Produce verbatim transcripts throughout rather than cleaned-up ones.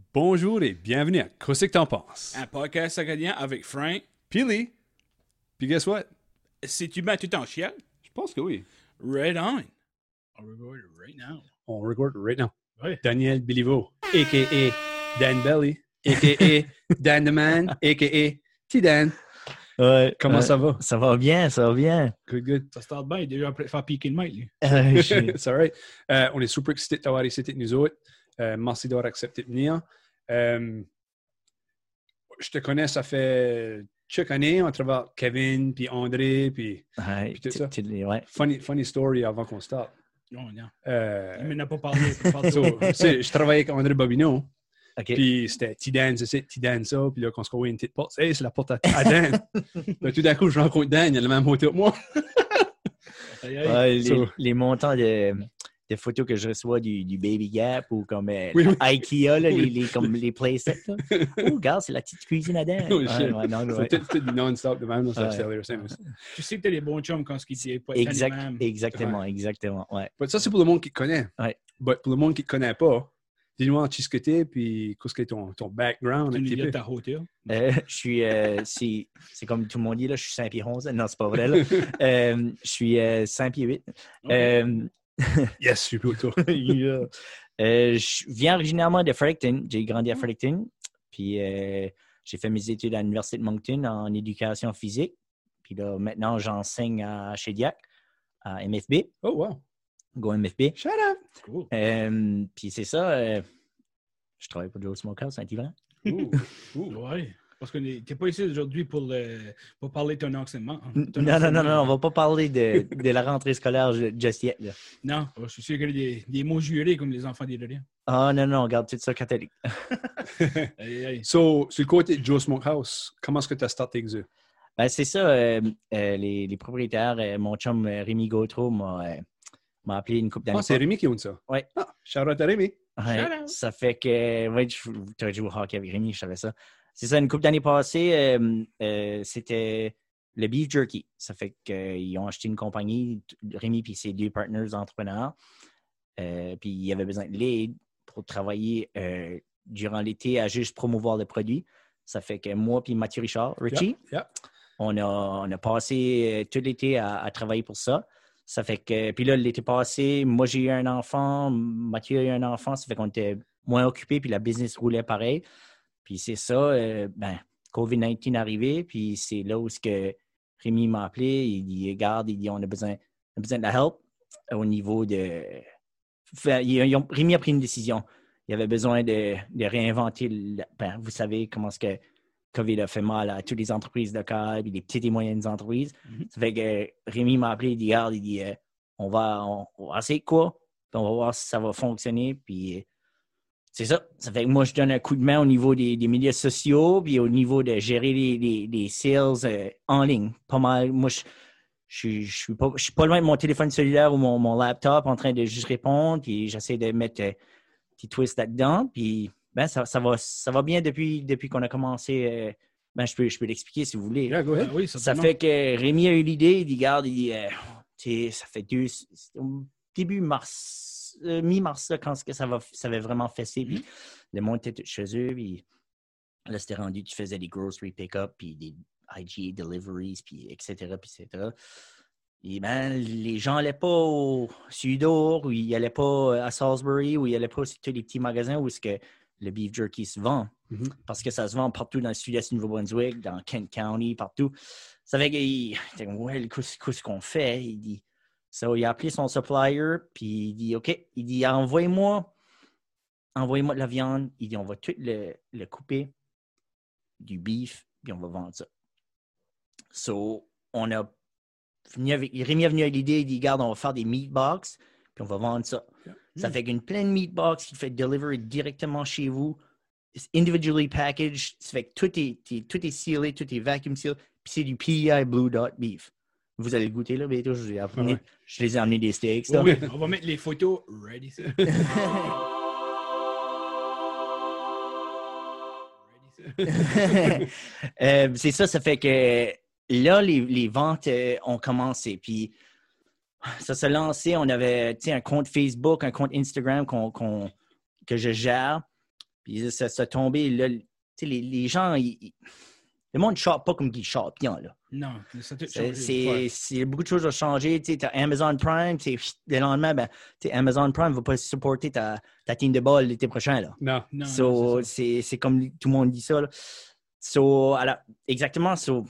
Bonjour et bienvenue à Qu'est-ce que t'en penses? Un podcast acadien avec Frank. Puis Lee. Puis guess what? Si tu mets tout en chial, Je pense que oui. right on. On record right now. On record right now. Ouais. Daniel Béliveau, a k a. Dan Belly, a k a. Dan the Man, a k a. T-Dan. Ouais, Comment euh, ça va? Ça va bien, ça va bien. Good, good. Ça start bien, il est déjà prêt à faire piquer le mic, lui. Euh, je- C'est all right. Euh, on est super excités de t'avoir ici avec nous autres. Euh, merci d'avoir accepté de venir. Euh, je te connais, ça fait chaque année, on travaille avec Kevin, puis André, puis ouais, Puis tout tu- ça. tu- ouais. funny, funny story avant qu'on starte. Non, non. Euh, Il m'en a pas parlé. il parle so, trop. tu sais, je travaillais avec André Bobineau. OK. Puis c'était T-Dan, c'est ça, T-Dan ça. Puis là, quand on se voit une petite porte, hey, c'est la porte à, à Dan. Là, tout d'un coup, je rencontre Dan, il a le même hôtel que moi. Aïe, aïe. Ouais, les, so- les montants de, de photos que je reçois du, du Baby Gap ou comme euh, Oui, oui. IKEA, là, Oui. les, les, comme les playsets. Là. Oh, regarde, c'est la petite cuisine à Dan. Oh, Ouais, shit. ouais, non, C'est ouais. peut-être peut-être du non-stop de même, là, ça Ouais. c'est sérieux, c'est aussi. Tu sais que t'as des bons chums quand ce qui dit pas Exact, même. exactement, exactement. Ouais. Mais ça, c'est pour le monde qui te connaît. Ouais. Mais pour le monde qui te connaît pas, dis-moi qui ce que t'es, puis qu'est-ce que ton, ton background. Tu un nous petit dis de peu. ta hôtel. Euh, je suis, euh, c'est, c'est comme tout le monde dit, là, je suis cinq pieds onze. Non, c'est pas vrai. Là. Euh, je suis euh, cinq pieds huit. Ok. Euh, Yes, je suis plutôt. Yeah. Euh, je viens originairement de Fredericton. J'ai grandi à Fredericton. Puis euh, j'ai fait mes études à l'Université de Moncton en éducation physique. Puis là, maintenant, j'enseigne à chez Diac, à M F B. Oh, wow. Go M F B. Shut up. Cool. Euh, puis c'est ça. euh, je travaille pour Joe Smokehouse, Saint-Yvan. Ooh. Ooh. Ouais. Parce que t'es pas ici aujourd'hui pour, le, pour parler de ton enseignement. hein. Ton Non, non, non, enseignement. non, on va pas parler de, de la rentrée scolaire ju- just yet. Là. Non, je suis sûr qu'il y a des, des mots jurés comme les enfants des Loriens. Ah non, non, on garde tout ça catholique. Aïe, aïe. So, sur le côté de Joe Smokehouse, comment est-ce que tu as starté avec eux? Ben, c'est ça, euh, euh, les, les propriétaires, euh, mon chum euh, Rémi Gautreau m'a, euh, m'a appelé une couple d'années. Ah, c'est Rémi qui own ça? Ouais. Ah, shout out à Rémi. Ouais, Shout out. ça fait que, ouais, tu as joué au hockey avec Rémi, je savais ça. C'est ça, une couple d'années passées, euh, euh, c'était le beef jerky. Ça fait qu'ils ont acheté une compagnie, Rémi et ses deux partners entrepreneurs. Euh, puis il y avait besoin de l'aide pour travailler euh, durant l'été à juste promouvoir le produit. Ça fait que moi et Mathieu Richard, Richie, Yeah, yeah. on a, on a passé euh, tout l'été à, à travailler pour ça. Ça fait que, puis là, l'été passé, moi, j'ai eu un enfant, Mathieu a eu un enfant, ça fait qu'on était moins occupés, puis la business roulait pareil. Puis c'est ça, euh, ben, covid dix-neuf est arrivé, puis c'est là où ce que Rémi m'a appelé, il dit, regarde, il dit, on a besoin, on a besoin de la help au niveau de... Fait, ils- ils ont- Rémi a pris une décision. Il avait besoin de, de réinventer, le- ben, vous savez comment est-ce que COVID a fait mal à toutes les entreprises locales et les petites et moyennes entreprises. Mhm. Ça fait que euh, Rémi m'a appelé, il dit, regarde, il dit, euh, on, va, on, on va essayer quoi, puis on va voir si ça va fonctionner. Puis euh, c'est ça. Ça fait que moi, je donne un coup de main au niveau des, des médias sociaux, puis au niveau de gérer les, les, les sales euh, en ligne. Pas mal. Moi, je je je suis pas, je suis pas loin de mon téléphone cellulaire ou mon, mon laptop en train de juste répondre, puis j'essaie de mettre euh, petit twist là-dedans, puis ben, ça, ça, va, ça va bien depuis, depuis qu'on a commencé. euh, ben, je peux, je peux l'expliquer si vous voulez. Yeah, go Ah ahead. oui, Ça certainement. fait que Rémi a eu l'idée, il dit, regarde, il dit, euh, tu sais, ça fait deux, c'est au début mars, euh, mi-mars, là, quand ce que ça, va, ça avait vraiment fessé, puis le monde était tout chez eux, puis là, c'était rendu, tu faisais des grocery pick-up, puis des I G A deliveries, puis et cetera, puis et cetera. Et ben, les gens n'allaient pas au Sudor, ou ils n'allaient pas à Salisbury, ou ils n'allaient pas sur tous les petits magasins où est-ce que le beef jerky se vend. Mhm. Parce que ça se vend partout dans le sud-est du Nouveau-Brunswick, dans Kent County, partout. Ça fait qu'il était comme, ouais, qu'est-ce qu'est-ce qu'on fait? Il dit, ça, il a appelé son supplier, puis il dit, OK, il dit, envoyez-moi, envoyez-moi de la viande. Il dit, on va tout le, le couper, du beef, puis on va vendre ça. So, on a venu avec, Rémi est venu avec l'idée, il dit, regarde, on va faire des meat box, puis on va vendre ça. Ça fait qu'une pleine meat box qui fait deliver directement chez vous, it's individually packaged, ça fait que tout est, est- tout est sealé, tout est vacuum sealed, puis c'est du P E I Blue Dot Beef. Vous allez le goûter là, bientôt, je, vous ai amené- Ah ouais. je les ai amenés des steaks. ça. Oui, on va mettre les photos ready. ça. Ready, ça. Euh, c'est ça, ça fait que là, les, les ventes euh, ont commencé. Puis ça s'est lancé. On avait tu sais, un compte Facebook, un compte Instagram qu'on, qu'on- que je gère. Puis ça s'est tombé, là, tu sais, les, les gens, ils, ils- le monde ne chope pas comme ils chopent bien, là. Non, ça a tout C'est, changé. c'est, Ouais. c'est- beaucoup de choses ont changé. Tu sais, t'as Amazon Prime, tu sais, le lendemain, ben, tu sais, Amazon Prime ne va pas supporter ta, ta team de ball l'été prochain, là. Non. Non, So, non, c'est ça. c'est, c'est comme tout le monde dit ça, là. So, alors, exactement, so,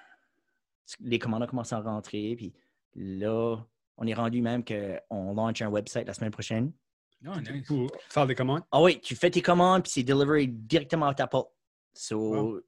les commandes ont commencé à rentrer, puis là, on est rendu même qu'on lance un website la semaine prochaine. Oh, nice. Pour faire des commandes. Ah oui, tu fais tes commandes, puis c'est delivery directement à ta porte. So, Wow.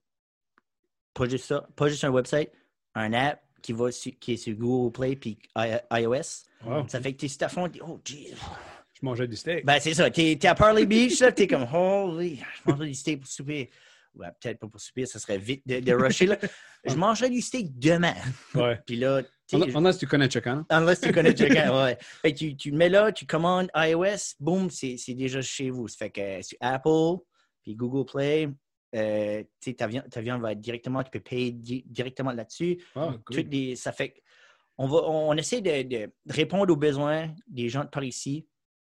pas juste ça, pas juste un website, un app qui, va su- qui est sur Google Play puis I- iOS. Wow. Ça fait que t'es sur ta phone, t'es, oh, jeez. Je mangeais du steak. Ben, c'est ça, t'es, t'es à Parley Beach, là, t'es comme, holy, je mangerais du steak pour souper. Ouais, peut-être pas pour souper, ça serait vite de, de rusher, là. Je mangerais du steak demain. Ouais. Puis là, tu sais, Pendant pendant que tu connais Chacun. unless tu connais quelqu'un, ouais. Fait que tu, tu le mets là, tu commandes iOS, boum, c'est, c'est déjà chez vous. Ça fait que sur Apple, puis Google Play, euh, tu sais, ta viande, ta viande va être directement, tu peux payer di- directement là-dessus. Wow. Good. Toutes les, ça fait que on, va, on, on essaie de, de répondre aux besoins des gens de par ici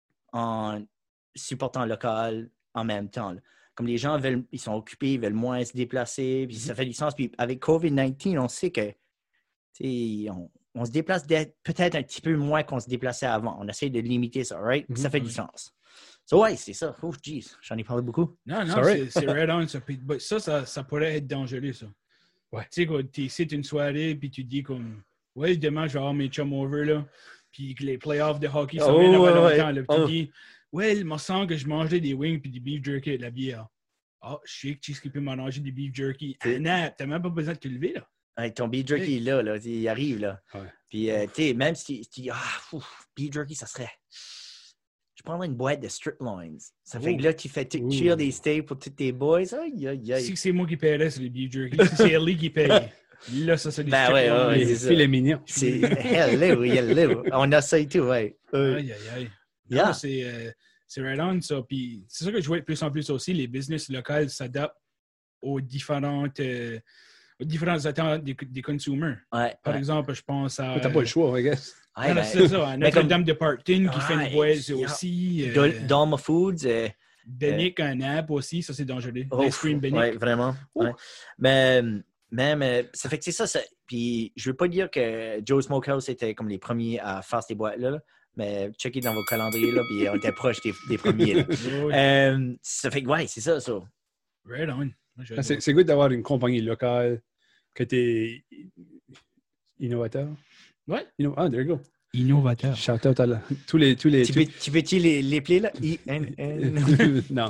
en supportant local en même temps, là. Comme les gens veulent, ils sont occupés, ils veulent moins se déplacer, puis ça fait du sens. Puis avec covid dix-neuf, on sait que tu sais, on, on se déplace d'être- peut-être un petit peu moins qu'on se déplaçait avant. On essaie de limiter ça, right? Mhm. Ça fait du Oui. sens. So, ouais, c'est ça. Oh, jeez, j'en ai parlé beaucoup. Non, non, Sorry. c'est, c'est right on. Ça, Puis, but ça, ça, ça pourrait être dangereux, ça. Ouais. Tu sais, quand tu es ici une soirée, puis tu dis comme, ouais, demain, je vais avoir mes chums over, là. Puis que les playoffs de hockey s'en Oh, viennent avant ouais, longtemps, ouais. là. Puis Oh. tu dis, ouais, il me semble que je mangeais des wings puis du beef jerky et de la bière. Ah, je sais que Cheese peut manger du beef jerky. C'est- Ah, non, t'as même pas besoin de te lever, là. Hey, ton beef jerky est là, là, il arrive, là. Ouais. Puis, euh, tu sais, même si tu- tu dis, ah, ouf, beef jerky, ça serait. Je prendrais une boîte de strip loins. Ça fait Oh. que là, tu fais tu Ouh. cheer des steaks pour tous tes boys. Aïe, aïe, aïe. Si c'est moi qui paierais sur les beef jerky, si c'est Ellie qui paye, là, ça, c'est des Ben strip ouais, loins. ouais, Les c'est ça. filets mignons. C'est hello, hello. On a ça et tout, ouais. Euh, Aïe, aïe, aïe. Non, Yeah. c'est, euh, c'est right on, ça. Puis c'est ça que je vois de plus en plus aussi. Les business locales s'adaptent aux différentes, euh, aux différentes attentes des, des consommateurs. ouais, Par ouais. exemple, je pense à... T'as pas le choix, I guess. Ouais, Non, non, ben, c'est ça. à mais comme- Notre-Dame de Parkton qui fait Ouais, une boîte yeah. aussi. Dol- Euh, Dolma Foods. euh, Denick, un app aussi. Ça, c'est dangereux. oh, L'ice cream Benick. ouais, vraiment. Ouais. Mais même, euh, ça fait que c'est ça, ça. Puis je veux pas dire que Joe Smokehouse était comme les premiers à faire ces boîtes-là, là, mais checkez dans vos calendriers, là, puis on était proche des, des premiers. Là. Oui, Euh, ça fait que, ouais, c'est ça, ça. right on. Moi, j'ai- Ah, C'est c'est good d'avoir une compagnie locale que t'es innovateur. Ouais. Inno- Ah, there you go. Innovateur. Shout out à la- tous les. Tous les Tu peux- tu peux-tu les, les plier, là? I N N. tous- non.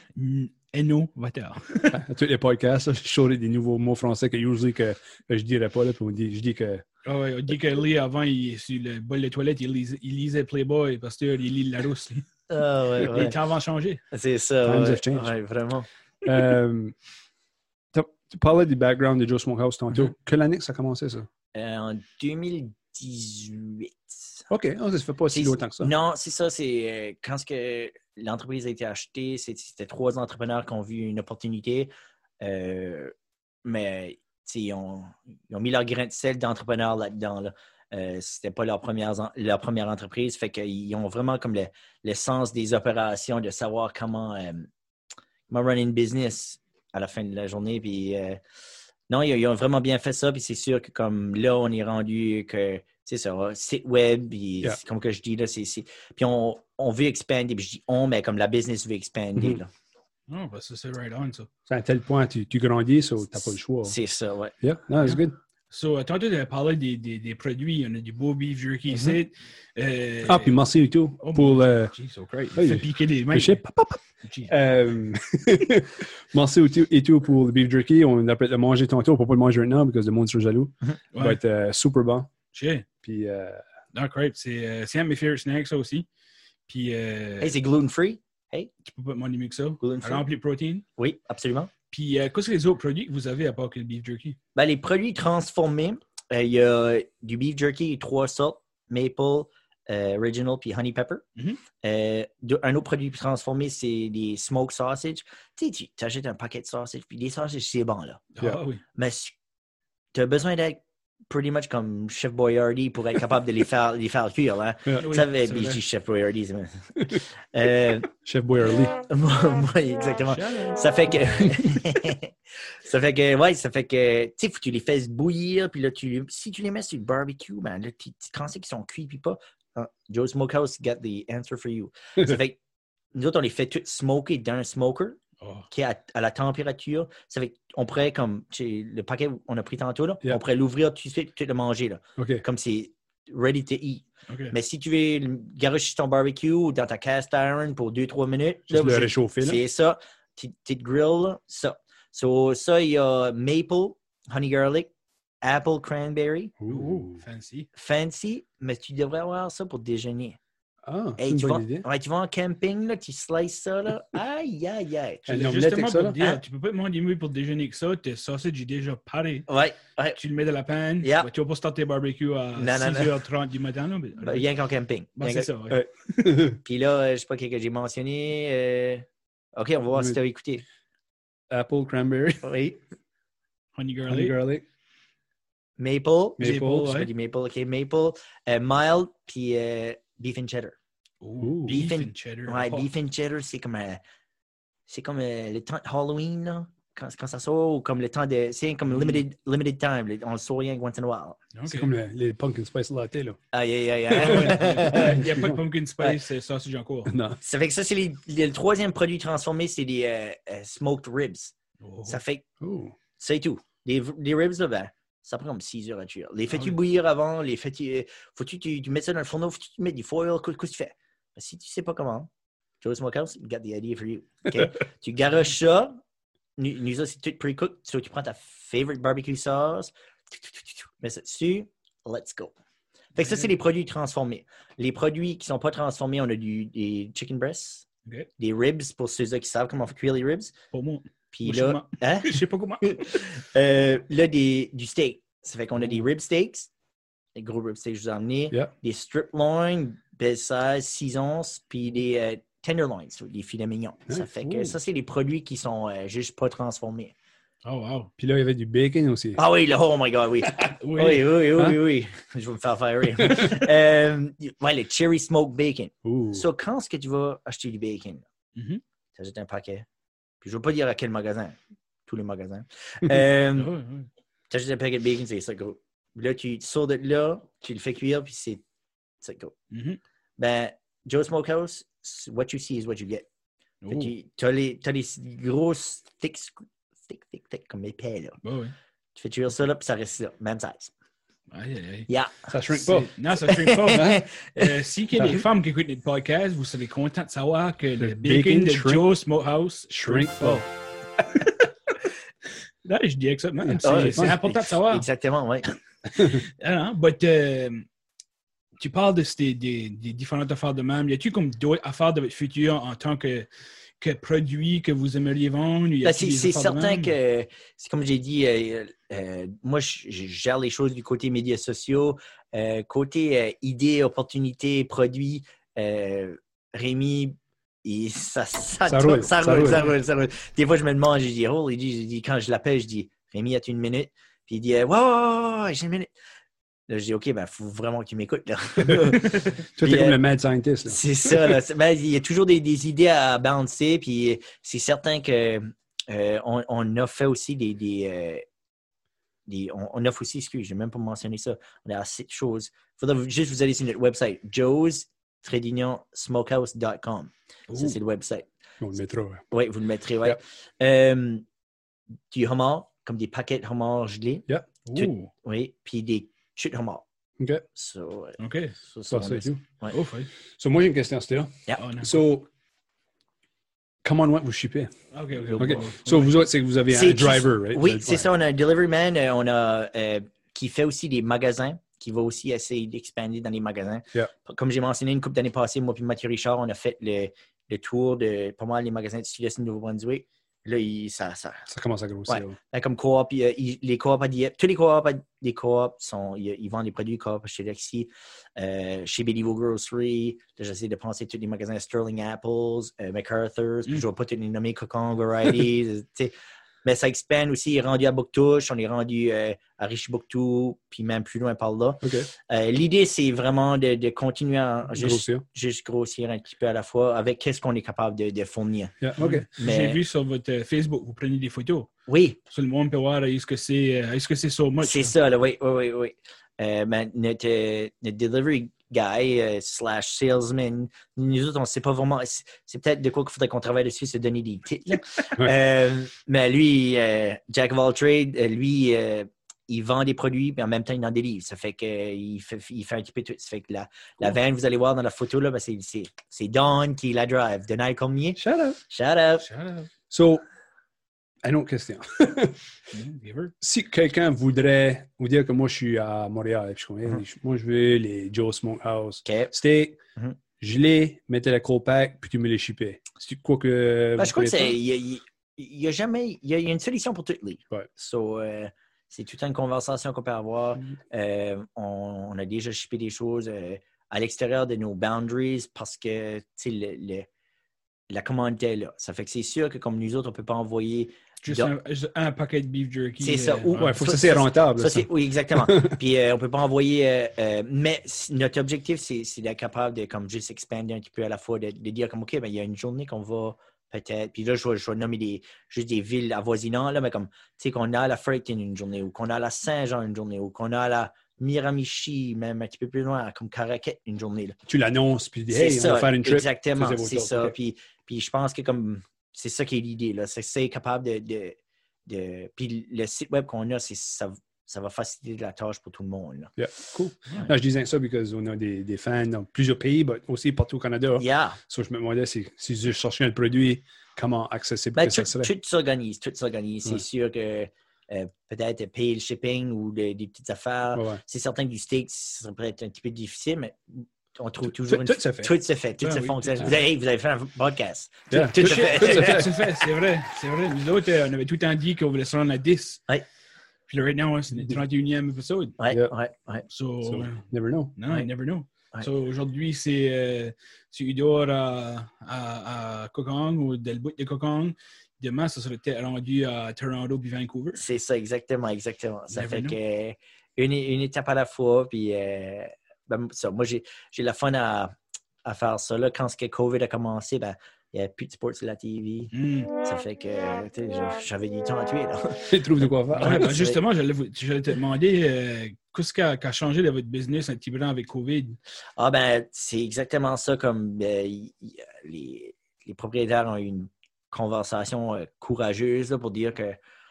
Innovateur. À tous les podcasts, là, je saurais des nouveaux mots français que usually que, que je dirais pas. Là, puis on dit, je dis que. Ah ouais, on dit que Lee, avant, il, sur le bol de toilette, il lisait, il lisait Playboy parce qu'il lit Larousse. lui. Ah, ouais, ouais. Les temps vont changer. C'est ça, Times ouais. have changed. Ouais, vraiment. Euh, t'as- tu parlais du background de Joe Smokehouse tantôt. Mhm. Quelle année que ça a commencé, ça? Euh, en deux mille dix-huit. OK. Oh, ça se fait pas si C'est- longtemps que ça. Non, c'est ça. C'est euh, quand ce que l'entreprise a été achetée, c'est- c'était trois entrepreneurs qui ont vu une opportunité. Euh, mais tu sais, ils ont, ils ont mis leur grain de sel d'entrepreneurs là-dedans. Là. Euh, c'était pas leur première, en- leur première entreprise. Fait qu'ils ont vraiment comme le, le sens des opérations, de savoir comment, euh, comment run une business à la fin de la journée. Puis, euh, non, ils, ils ont vraiment bien fait ça. Puis c'est sûr que comme là, on est rendu que, tu sais, ça, site web, puis Yeah. c'est comme que je dis, là, c'est... c'est- Puis on, on veut expander, puis je dis on, mais comme la business veut expander, Mhm. là. Non, bah, ça, c'est right on, ça. C'est à tel point tu, tu grandis, so t'as pas le choix. C'est ça, ouais. Yeah, no, it's good. So, euh, tantôt, tu as parlé des, des, des produits. Il y en a du beau beef jerky ici. Euh, Ah, puis merci et tout oh, pour mon le. Dieu, so great. Oui, Il fait piquer des mains. le chip. Pop, pop, pop. Gee. Euh, merci et tout, et tout pour le beef jerky. On a peut-être le manger tantôt. On peut pas le manger maintenant parce que le monde est jaloux. Ça va Ouais. être euh, super bon. Gee. Puis, euh, Non, great. C'est euh, c'est un de mes favorite snacks, ça aussi. Puis, euh, Hey, c'est gluten-free? Hey, tu peux pas demander mieux que ça. gluten-free. Rempli de protéines. Oui, absolument. Puis, euh, qu'est-ce que les autres produits que vous avez à part que le beef jerky? Ben, les produits transformés, euh, il y a du beef jerky, trois sortes, maple, euh, original, puis honey pepper. Mhm. Euh, de- un autre produit transformé, c'est des smoked sausage. Tu sais, tu achètes un paquet de sausage, puis des sausages, c'est bon, là. Ah Yeah. oui. Mais tu as besoin d'être pretty much comme Chef Boyardee pour être capable de les faire, les faire cuire. Hein. Yeah. Oui, Ça fait, c'est puis je vrai. dis Chef Boyardee. euh, Chef Boyardee. moi, moi, exactement. Ça fait que. ça fait que, ouais, ça fait que, tu sais, faut que tu les fasses bouillir, puis là, tu, si tu les mets sur le barbecue, man, là, tu, tu quand c'est qu'ils sont cuits, puis pas. Hein, Joe Smokehouse got the answer for you. Ça fait que, nous autres, on les fait toutes smoker dans un smoker, Oh. qui est à, à la température. Ça fait qu'on pourrait, comme, le paquet qu'on a pris tantôt, là, Yeah. on pourrait l'ouvrir tout de suite, tout le manger, là. OK. Comme c'est ready to eat. OK. Mais si tu veux le garocher sur ton barbecue ou dans ta cast iron pour deux trois minutes, Juste le je- réchauffer, là. c'est ça. Petite petite grill, là, ça. So, ça, il y a maple, honey garlic, apple cranberry, Ooh, Ouh. fancy. fancy, mais tu devrais avoir ça pour déjeuner. Ah, c'est Hey, une tu, vas, bonne idée. ouais, tu vas en camping, là, tu slices ça, là. Aïe, aïe, aïe. Un Justement, omelette avec ça, pour là? te dire, Hein? tu peux pas demander mieux pour déjeuner que ça. Tes sausages est déjà paré. Ouais, ouais. Tu le mets dans la panne. Yeah. Ouais, tu vas pas starter barbecue à Non, non, six heures trente du matin. Là, mais... Ben, rien qu'en camping. Ben, Rien c'est qu'en- ça. Ouais. Ouais. Puis là, euh, je sais pas qu'est-ce que j'ai mentionné. euh, OK, on va voir Oui. si tu as écouté. Apple, cranberry, Oui. Honey garlic. honey garlic. Maple. Maple, J'ai ouais. pas dit maple. OK, maple. euh, mild, puis euh, beef and cheddar. Ooh, Beef beef and- and cheddar. Ouais, Oh. beef and cheddar, c'est comme, euh, c'est comme euh, le temps de Halloween, là, quand, quand ça sort, ou comme le temps de. C'est comme Mm. limited, limited time. le- On le sort rien que once in a while. OK. C'est comme le- les pumpkin spice latte, là. Aïe, aïe, aïe, Il n'y aïe. a pas de pumpkin spice euh, sausage encore. Non. Ça fait que ça, c'est les- les- le troisième produit transformé, c'est des euh, euh, smoked ribs. Oh. Ça fait que Oh. c'est tout. Les, les ribs, là, ben, ça prend comme six heures à cuire. Les fais-tu Ah oui. bouillir avant? Les fais-tu. euh, Faut-tu tu, tu mets ça dans le fourneau? Faut-tu tu mets du foil? Qu'est-ce que tu fais? Ben, si tu sais pas comment, Joe Smokehouse, got the idea for you. OK? Tu garoches ça. Nous, nous autres, c'est tout pre-cooked. So, tu prends ta favorite barbecue sauce. Tu mets ça dessus. Let's go. Fait que ça, c'est les produits transformés. Les produits qui sont pas transformés, on a du, des chicken breasts, OK. des ribs pour ceux qui savent comment cuire les ribs. Pour moi. Puis Moi, je sais là, hein? Je sais pas comment. Euh, là, des, du steak. Ça fait qu'on a des rib steaks, des gros rib steaks, je vous ai emmené, Yeah. des strip loins, belle size, six onces, puis des euh, tenderloins, des filets mignons. Ça Nice. fait que Ooh. ça, c'est des produits qui sont euh, juste pas transformés. Oh, wow. Puis là, il y avait du bacon aussi. Ah oui, le, oh my God, oui. Oui. Oui, oui, oui, Hein? oui, oui. Je vais me faire faire rire. euh, ouais, le cherry smoked bacon. Ouh. So, quand est-ce que tu vas acheter du bacon? Mhm. Tu achètes un paquet. Puis je ne veux pas dire à quel magasin. Tous les magasins. Euh, Ouais, ouais. Tu achètes un paquet de bacon, c'est ça, gros. Là, tu sors de là, tu le fais cuire, puis c'est ça, gros. Mhm. Ben, Joe Smokehouse, what you see is what you get. Fait Oh. que Tu as les, t'as les grosses thick, thick, thick, thick, comme épais, là. Bah ouais. Tu fais cuire ça, là, puis ça reste là, même size. Aïe, aïe, aïe. Yeah. Ça shrink C'est- pas. Non, ça ne shrink pas. Hein? Euh, si il y a des femmes qui écoutent notre podcast, vous serez contents de savoir que le, Le bacon, bacon de shrink- Joe Smokehouse Shrink pas. Là, je dis ça. man. C'est Ah ouais, c'est ouais. important de savoir. Exactement, oui. Hein, but, euh, tu parles de ces- des, des différentes affaires de même. Y a-t-il comme d'autres affaires de votre futur en tant que, que produit que vous aimeriez vendre? Y Ben, a-t-il c'est des c'est affaires de certain même? que, c'est comme j'ai dit, euh, euh, moi, je, je gère les choses du côté médias sociaux. Euh, côté euh, idées, opportunités, produits, euh, Rémi, il- ça, ça, Ça tourne, roule, ça, ça roule, roule. ça roule, ça roule. Des fois, je me demande, je dis, oh, il dit, je dis, quand je l'appelle, je dis, Rémi, as-tu une minute? Puis il dit, ouais, ouais, ouais, ouais, j'ai une minute. Là, je dis, OK, ben, il faut vraiment que tu m'écoutes. Là. Toi, t'es Puis, comme euh, le mad scientist. Là. C'est ça. Là. C'est- ben, il y a toujours des, des idées à bouncer. Puis c'est certain que euh, on, on a fait aussi des. des, euh, des on, on offre aussi, excuse, je n'ai même pas mentionné ça. On a assez de choses. Il faudrait juste vous aller sur notre website, joes smokehouse dot com. Ça, Ouh. c'est le website. On le mettra. ouais. Oui, vous le mettrez, oui. Yep. Euh, du homard, comme des paquets de homard gelés. Ouh, Oui. Puis des chutes de homard. OK. So, euh, OK. ça, ça, Ça, on c'est a ça. tout. Ouais. Oh, fait. So, moi, j'ai une question, c'était là. Yeah. Oh, non. So, comment loin vous shippez? OK, OK. OK. Ouais. So, vous autres, c'est que vous avez C'est un qui- driver, right? Oui, Ouais. c'est ça. On a un delivery man. euh, On a euh, qui fait aussi des magasins, qui va aussi essayer d'expander dans les magasins. Yeah. Comme j'ai mentionné une couple d'années passées, moi et Mathieu Richard, on a fait le, le tour de pas mal les magasins de sud-est du Nouveau-Brunswick. Là, il, ça, ça, Ça commence à grossir. Ouais. là. ben, comme coop, il, il- les coops à Dieppe, tous les coops, à- des coops sont, ils, ils vendent des produits coop chez Lexi, euh, chez Béliveau Grocery. Là, j'essaie de penser à tous les magasins Sterling Apples, euh, MacArthur's, puis Mm. je ne vais pas tous les nommer Cocon Varieties. Tu sais, Mais ça expand aussi. Il est rendu à Bouctouche, on est rendu euh, à Richibouctou, puis même plus loin par là. OK. Euh, l'idée, c'est vraiment de, de continuer à juste Grossir. juste grossir un petit peu à la fois avec qu'est-ce qu'on est capable de, de fournir. Yeah, OK. Mais- J'ai vu sur votre euh, Facebook, vous prenez des photos. Oui, Tout le monde peut voir euh, est-ce que c'est euh, est-ce que c'est so much. c'est là? ça, là, oui, oui, oui, oui. Euh, ben, notre, euh, notre delivery guy euh, slash salesman, nous autres, on ne sait pas vraiment. C'est, c'est peut-être de quoi qu'il faudrait qu'on travaille dessus, c'est donner des titres. là. Ouais. Euh, mais lui, euh, Jack of all trades, euh, lui, euh, il vend des produits, mais en même temps, il en délivre. Ça fait qu'il fait, il fait un petit peu tout. Ça fait que la, la van, vous allez voir dans la photo, là, ben, c'est, c'est, c'est Don qui la drive. Donald Cormier. Shout out. Shout out. Shut up. So, une autre question. Mm, giver. Si quelqu'un voudrait vous dire que moi, je suis à Montréal, et puis je connais, Mhm. moi, je veux les Joe Smokehouse OK. steak, Mhm. je les mettais la cold pack, puis tu me les shippais. C'est quoi que. Ben, vous je crois que pouvez c'est. faire? Il y a, il- il y a jamais. Il y a, il y a une solution pour toutes les. Ouais. So, euh, c'est toute une conversation qu'on peut avoir. Mhm. Euh, on, on a déjà shippé des choses euh, à l'extérieur de nos boundaries parce que tu sais, le, le- la commande est là. Ça fait que c'est sûr que comme nous autres, on ne peut pas envoyer. Juste Donc- un, juste un paquet de beef jerky. C'est ça. euh, Ou- Ouais, il faut que Ça, ça, c'est ça, rentable. Ça, ça. c'est, oui, exactement. Puis euh, on ne peut pas envoyer. euh, euh, mais c- notre objectif, c'est, c'est d'être capable de comme, juste expander un petit peu à la fois, de, de dire comme OK, ben, il y a une journée qu'on va peut-être. Puis là, je vais, je vais nommer des, juste des villes avoisinantes, là, mais comme tu sais, qu'on a à la Fredericton une journée, ou qu'on a à la Saint-Jean une journée, ou qu'on a à la Miramichi, même un petit peu plus loin, comme Caraquet une journée. Là. Tu l'annonces, puis tu dis, C'est hey, on ça, va faire une trip. exactement, Ça, c'est c'est votre ça. top, ok. Puis, puis je pense que comme c'est ça qui est l'idée, là. C'est, c'est capable de, de, de- Puis le site web qu'on a, c'est, ça, ça va faciliter la tâche pour tout le monde. Là. Yeah, cool. Ouais. Non, je disais ça parce qu'on a des, des fans dans plusieurs pays, mais aussi partout au Canada. Yeah. So, je me demandais si, si je cherchais un produit, comment accessible Ben, que ça tout, serait. tout s'organise, tout s'organise. Ouais. C'est sûr que euh, peut-être payer le shipping ou de- des petites affaires. Ouais, ouais. C'est certain que du steak, ça pourrait être un petit peu difficile, mais on trouve toujours tout- une... tout se fait. Tout se fait. Tout Ah se oui, fonctionne. tout se Vous avez, hey, vous avez fait un podcast. Tout, Yeah. tout Tout se se fait. tout se C'est c'est fait, c'est vrai, c'est vrai. Nous autres, euh, on avait tout le temps dit qu'on voulait se rendre à dix. Ouais. Puis là, right now, hein, c'est notre trente et unième épisode. Ouais, Yeah. ouais, ouais. So, So, euh, never know. non, Ouais. you never know. Ouais. So, aujourd'hui, c'est euh, tu dors à, à, à Kokong ou dans le bout de Kokong. Demain, ça serait peut-être rendu à Toronto puis Vancouver. C'est ça, exactement, exactement. Ça Never fait know. que une, une étape à la fois, puis euh, ben, ça, moi, j'ai, j'ai la fun à, à faire ça. Là, quand ce que COVID a commencé, ben, il n'y avait plus de sport sur la T V. Mm. Ça fait que tu sais, je- j'avais du temps à tuer. Là. Tu trouves de quoi faire. Ouais, ben, c'est- justement, j'allais, vous- j'allais te demander euh, qu'est-ce qui a, qui a changé de votre business un petit peu avec COVID. Ah ben, c'est exactement ça. Comme euh, y- y- les, les propriétaires ont eu une conversation euh, courageuse là, pour dire que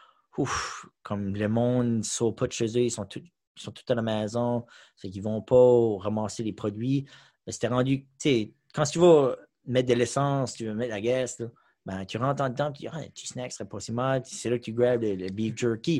ouf, comme le monde ne sort pas de chez eux, ils sont tous ils sont tous à la maison, c'est qu'ils ne vont pas ramasser les produits. Mais c'était rendu, tu sais, quand tu vas mettre de l'essence, tu veux mettre la gaz, là, ben, tu rentres en dedans, tu dis, ah, un petit snack serait pas si mal. C'est là que tu grabes le, le beef jerky.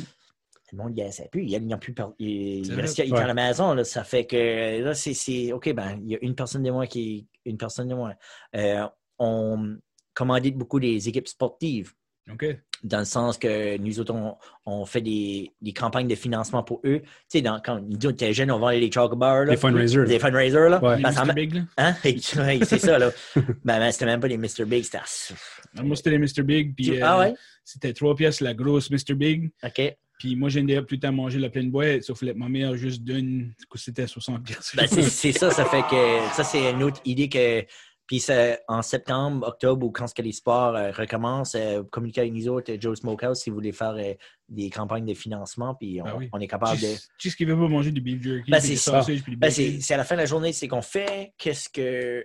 Le monde ne gassait plus. Il n'y a plus. per- Il, C'est il vrai. restait il était Ouais. à la maison. Là, ça fait que là, c'est, c'est OK, ben, il y a une personne de moins qui une personne de moins. Euh, on commandite beaucoup des équipes sportives, OK? dans le sens que nous autres, on, on fait des, des campagnes de financement pour eux. Tu sais, dans- quand nous autres, étaient jeunes, on vendait des chocolate bars. Là, Des fundraisers, Des là. fundraisers. Là. Ouais. Les Ben, ça mister m'a- Big, là. hein? Ouais, c'est ça. Là. ben, ben, c'était même pas des mister Big. C'était... Ah, moi, c'était les mister Big. Puis, Tu- ah euh, ouais? c'était trois pièces la grosse mister Big. OK. Puis moi, j'ai tout le temps mangé la pleine boîte, sauf que ma mère juste donne, c'était soixante pièces. Ben, c'est, c'est ça, ça fait que ça, c'est une autre idée que. Puis c'est en septembre, octobre, ou quand que les sports euh, recommencent, euh, communiquez avec nous autres, Joe Smokehouse, si vous voulez faire euh, des campagnes de financement, puis on, Ah oui. on est capable de. Tu sais ce qu'il veut pas manger du beef jerky, Ben, puis c'est des ça. sausages, puis du Ben, bacon. c'est, c'est à la fin de la journée, c'est qu'on fait qu'est-ce que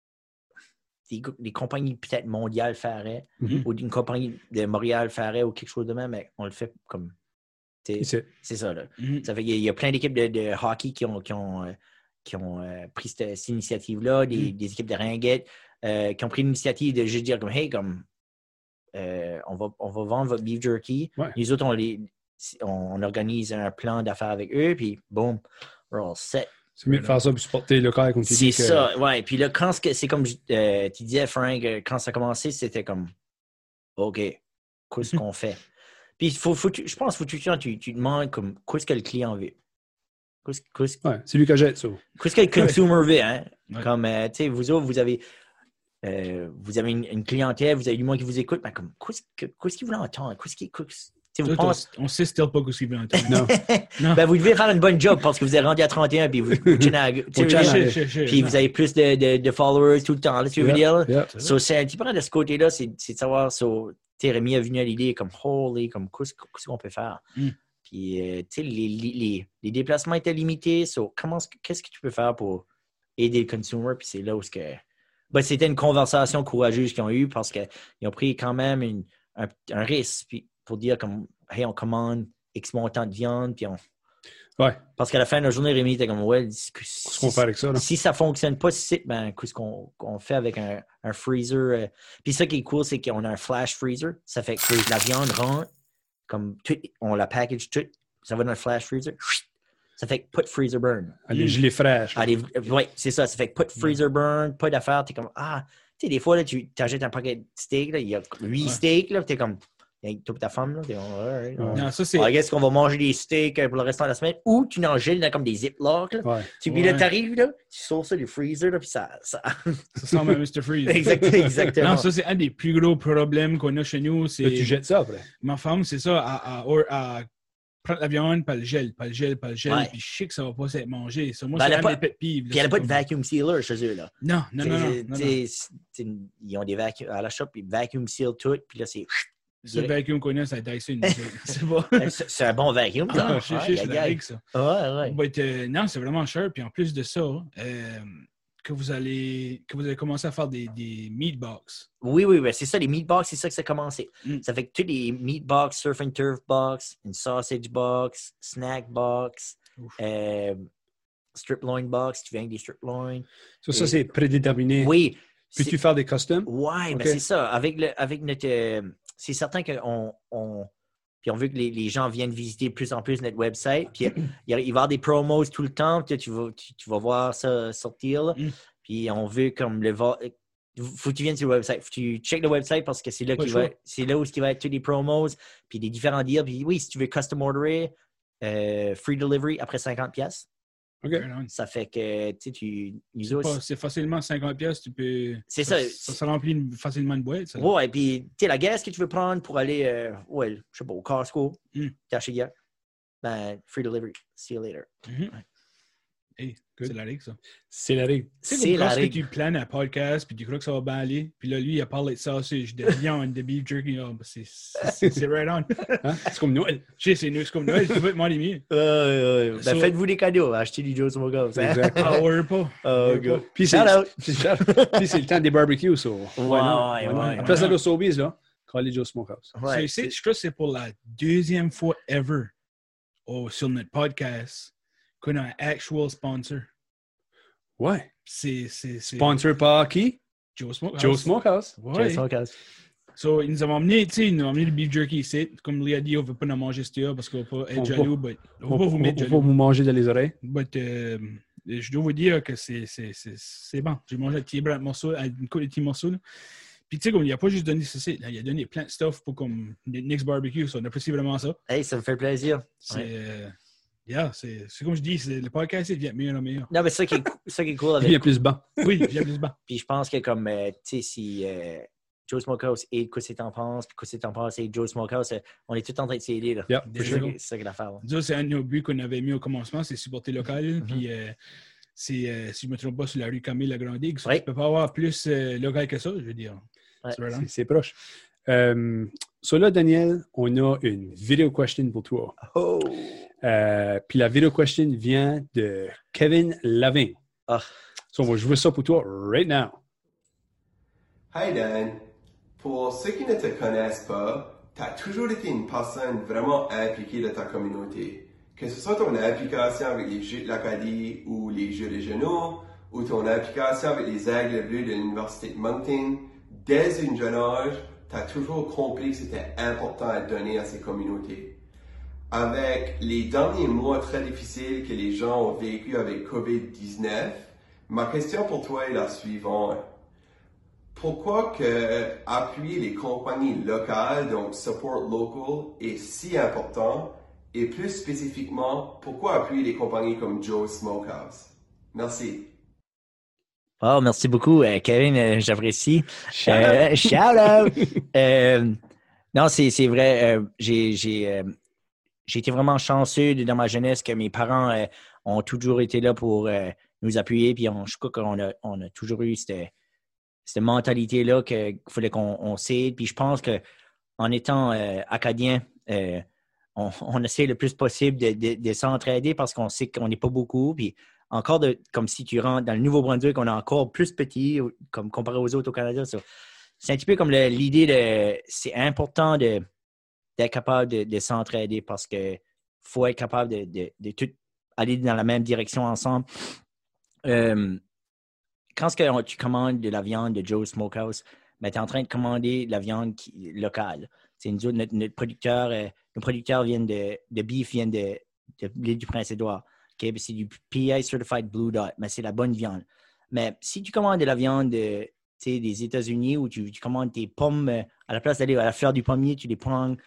des, go- des compagnies peut-être mondiales feraient, Mhm. ou une compagnie de Montréal ferait, ou quelque chose de même, mais on le fait comme. tu sais, C'est- C'est ça, là. Mhm. Ça fait qu'il y a- il y a plein d'équipes de, de hockey qui ont, qui ont, euh, qui ont euh, pris cette, cette initiative-là, des, Mm. des équipes de ringuettes euh, qui ont pris l'initiative de juste dire comme hey, comme euh, on, va, on va vendre votre beef jerky. Ouais. Les autres, on, les, on, on organise un plan d'affaires avec eux, puis boum, we're all set. C'est mieux de faire ça pour supporter le local, comme tu C'est dis. que- ça, ouais. Puis là, quand c'est c'est comme euh, tu disais, Frank, euh, quand ça a commencé, c'était comme OK, qu'est-ce qu'on fait? Puis faut, faut, tu- je pense qu'il faut tout le temps, tu, tu demandes comme qu'est-ce que le client veut. Qu'est-ce qu'est-ce- Ouais, c'est lui qui jette ça. qu'est-ce que le consumer veut, hein? Ouais. Comme, euh, tu sais, vous autres, vous avez. euh, vous avez une, une clientèle, vous avez du monde qui vous écoute, ben comme, qu'est-ce, que, qu'est-ce qu'ils voulaient entendre? Qu'est-ce qu'ils, qu'est-ce, vous Toi, pense... On sait still pas qu'est-ce qu'ils veulent entendre. Non. Non. Ben, vous devez faire une bonne job parce que vous êtes rendu à trente et un puis vous, vous chinag- tu sais, Au je veux dire, channel. Shit, shit, shit. puis Non. vous avez plus de, de, de followers tout le temps, là, tu veux Yeah, dire? yeah. So, c'est un petit peu de ce côté-là, c'est, c'est de savoir, so, tu sais, Rémi a venu à l'idée comme, holy, comme, qu'est-ce, qu'est-ce qu'on peut faire? Mm. Puis, euh, tu sais, les, les, les, les déplacements étaient limités, so, comment, qu'est-ce que tu peux faire pour aider le consumer? Puis c'est là où ce que... Ben, c'était une conversation courageuse qu'ils ont eue parce qu'ils ont pris quand même une, un, un risque puis, pour dire comme, hey, on commande X montant de viande, puis on... Ouais. Parce qu'à la fin de la journée, Rémi était comme, ouais, si, Qu'est-ce qu'on fait avec ça, là? si ça ne fonctionne pas, si, ben, qu'est-ce qu'on, qu'on fait avec un, un freezer? Euh... Puis ça qui est cool, c'est qu'on a un flash freezer. Ça fait que la viande rentre, comme tout, on la package tout, ça va dans le flash freezer. Ça fait que pas de freezer burn. Ah, les gelées fraîches. là. Ah, les, ouais, c'est ça. Ça fait que pas de freezer burn, pas d'affaires. T'es comme, ah, tu sais, des fois, là, tu achètes un paquet de steak, là, il y a huit Ouais. steaks, là, t'es comme, toute ta femme, là, t'es comme, alright, alright. Non, ça, c'est... Alors, est-ce qu'on va manger des steaks pour le restant de la semaine ou tu n'en gèles dans comme des ziplocs, là. Ouais. Tu puis Ouais. là, t'arrives, là, tu sors ça du freezer, là, puis ça... ça... Ça semble à mister Freeze. exactement, exactement. Non, ça, c'est un des plus gros problèmes qu'on a chez nous. C'est... Là, tu jettes ça après. Ma femme, c'est ça, à, à, à, à prendre la viande, pas le gel, pas le gel, pas le gel, Ouais. puis je sais que ça va pas s'être mangé. Ça, moi, Ben, c'est elle a un pas- des pet peeves. là, Puis elle n'a c'est pas de comme- vacuum sealer chez eux, là. Non, non, non, non. T'sais, non, non. t'sais, t'sais, ils ont des vacuums à la shop, ils vacuum seal tout, puis là, c'est... Le seul vacuum qu'on a, c'est Dyson. C'est pas... C'est c'est un bon vacuum, Ah, ça. je sais, Ouais, je sais, y a c'est la gag. règle, ça. Ouais, ouais. But, euh, non, c'est vraiment cher. Puis en plus de ça, euh, que vous allez que vous allez commencer à faire des, des meat box. Oui, oui, oui, c'est ça, les meat box, c'est ça que ça a commencé. Mm. Ça fait que tous les meat box, surf and turf box, une sausage box, snack box, Ouf. euh, strip loin box, tu viens avec des strip loin. Ça, ça c'est prédéterminé. Oui. Peux-tu c'est- faire des customs? Ouais, Ok. ben c'est ça. Avec, le, avec notre. euh, c'est certain qu'on. On, puis on veut que les, les gens viennent visiter de plus en plus notre website. Puis il, y a- il va y avoir des promos tout le temps. Puis tu vas, tu, tu vas voir ça sortir. Là. Mm. Puis on veut comme le voir. Faut que tu viennes sur le website. Faut que tu checkes le website parce que c'est là, Pas qu'il le va, choix. c'est là où il va être tous les promos. Puis des différents deals. Puis oui, si tu veux custom order, euh, free delivery après cinquante pièces. OK. Right on. Ça fait que tu sais, tu. Nous autres, Pas- C'est facilement cinquante pièces, tu peux. C'est ça. ça. Ça, ça remplit une- facilement une boîte. Ça. Ouais, et puis, tu sais, la gaz que tu veux prendre pour aller, euh, ouais, je sais pas, au Costco, Mm. t'achètes hier, ben, free delivery. See you later. Mhm. Ouais. Hey, Good. c'est la règle, ça. C'est la règle. C'est C'est comme la quand règle. tu planes un podcast, puis tu crois que ça va bien aller, puis là, lui, il a parlé de sausage, de viande, de beef jerky. Oh, ben, c'est, c'est, c'est right on. Hein? C'est comme Noël. Je sais, c'est nous, c'est comme Noël, tu peux te demander mieux. Ben, So- faites-vous des cadeaux, achetez du Joe Smokehouse. Hein? Exact. Ah, ouais, pas. Oh, Ouais, God. Puis c'est, Shout out. c'est, puis c'est le temps des barbecues. So. Ouais, non? ouais, Why not? ouais, Après ouais. ça, le Sobeys, là, College au Smokehouse. Ouais, C'est- c'est- je crois que c'est pour la deuxième fois ever au- sur notre podcast qu'on a un actual sponsor. Ouais. C'est, c'est, c'est Sponsor par qui? Joe Smokehouse. Joe Smokehouse. Joe Ouais. Smokehouse. So, ils nous ont emmené, tu sais, ils nous ont emmené le beef jerky ici. Comme Lee a dit, on ne veut pas en manger ce heure parce qu'on ne veut pas être On va- jaloux. but- On ne On va pas vous on- mettre on va jaloux. vous manger dans les oreilles. But, euh, je dois vous dire que c'est, c'est, c'est, c'est bon. J'ai mangé un petit brin de morceaux, une couple de petits morceaux. Là. Puis, tu sais, comme il n'a pas juste donné ceci, il a donné plein de stuff pour comme Nick's Barbecue. So, on apprécie vraiment ça. Hey, ça me fait plaisir. C'est, Ouais. euh, yeah, c'est, c'est comme je dis, c'est, le podcast, il devient meilleur et meilleur. Non, mais ça qui est, cou- ça qui est cool Il avec. y a plus bas. Oui, j'aime plus bon. Puis je pense que comme, euh, tu sais, si euh, Joe Smokehouse et Qu'est-ce que t'en penses, puis Qu'est-ce que t'en penses et Joe Smokehouse, euh, on est tous en train de s'aider, là. Yeah, There C'est you ça, go. qui- c'est ça qui est l'affaire, là. Ça, c'est un de nos buts qu'on avait mis au commencement, c'est supporter local. Mm-hmm. Puis, euh, c'est, euh, si je ne me trompe pas, sur la rue Camille Lagrandie. Ouais. Tu ne peux pas avoir plus euh, local que ça, je veux dire. Ouais. C'est right on. C'est, c'est proche. Euh, so là, Daniel, on a une video question pour toi. Oh! Euh, puis la video question vient de Kevin Lavin. Ah. So on va jouer ça pour toi right now. Hi Dan, pour ceux qui ne te connaissent pas, tu as toujours été une personne vraiment impliquée dans ta communauté. Que ce soit ton implication avec les Jeux de l'Acadie ou les Jeux régionaux, ou ton implication avec les Aigles Bleus de l'Université de Moncton, dès un jeune âge, tu as toujours compris que c'était important à donner à ces communautés. Avec les derniers mois très difficiles que les gens ont vécu avec covid dix-neuf, ma question pour toi est la suivante. Pourquoi que appuyer les compagnies locales, donc support local, est si important? Et plus spécifiquement, pourquoi appuyer les compagnies comme Joe Smokehouse? Merci. Oh, merci beaucoup, euh, Kevin. Euh, j'apprécie. Shout Euh, shout out! euh, non, c'est, c'est vrai. Euh, j'ai, j'ai, euh, j'ai été vraiment chanceux de- dans ma jeunesse que mes parents euh, ont toujours été là pour euh, nous appuyer. Puis on, je crois qu'on a, on a toujours eu cette, cette mentalité-là qu'il fallait qu'on on s'aide. Puis je pense qu'en étant euh, acadien, euh, on, on essaie le plus possible de, de, de s'entraider parce qu'on sait qu'on n'est pas beaucoup. Puis encore, de, comme si tu rentres dans le Nouveau-Brunswick, on est encore plus petit comme comparé aux autres au Canada. So, c'est un petit peu comme le, l'idée de... C'est important de, d'être capable de, de s'entraider parce qu'il faut être capable de, de, de tout aller dans la même direction ensemble. Euh, quand ce que tu commandes de la viande de Joe's Smokehouse, ben, tu es en train de commander de la viande qui, locale. C'est nous autres, notre, notre producteur, euh, nos producteurs viennent de, de beef, viennent de, de l'île du Prince-Édouard. Okay? C'est du P I Certified Blue Dot, mais c'est la bonne viande. Mais si tu commandes de la viande de, des États-Unis ou tu, tu commandes tes pommes, euh, à la place d'aller à la fleur du pommier, tu les prends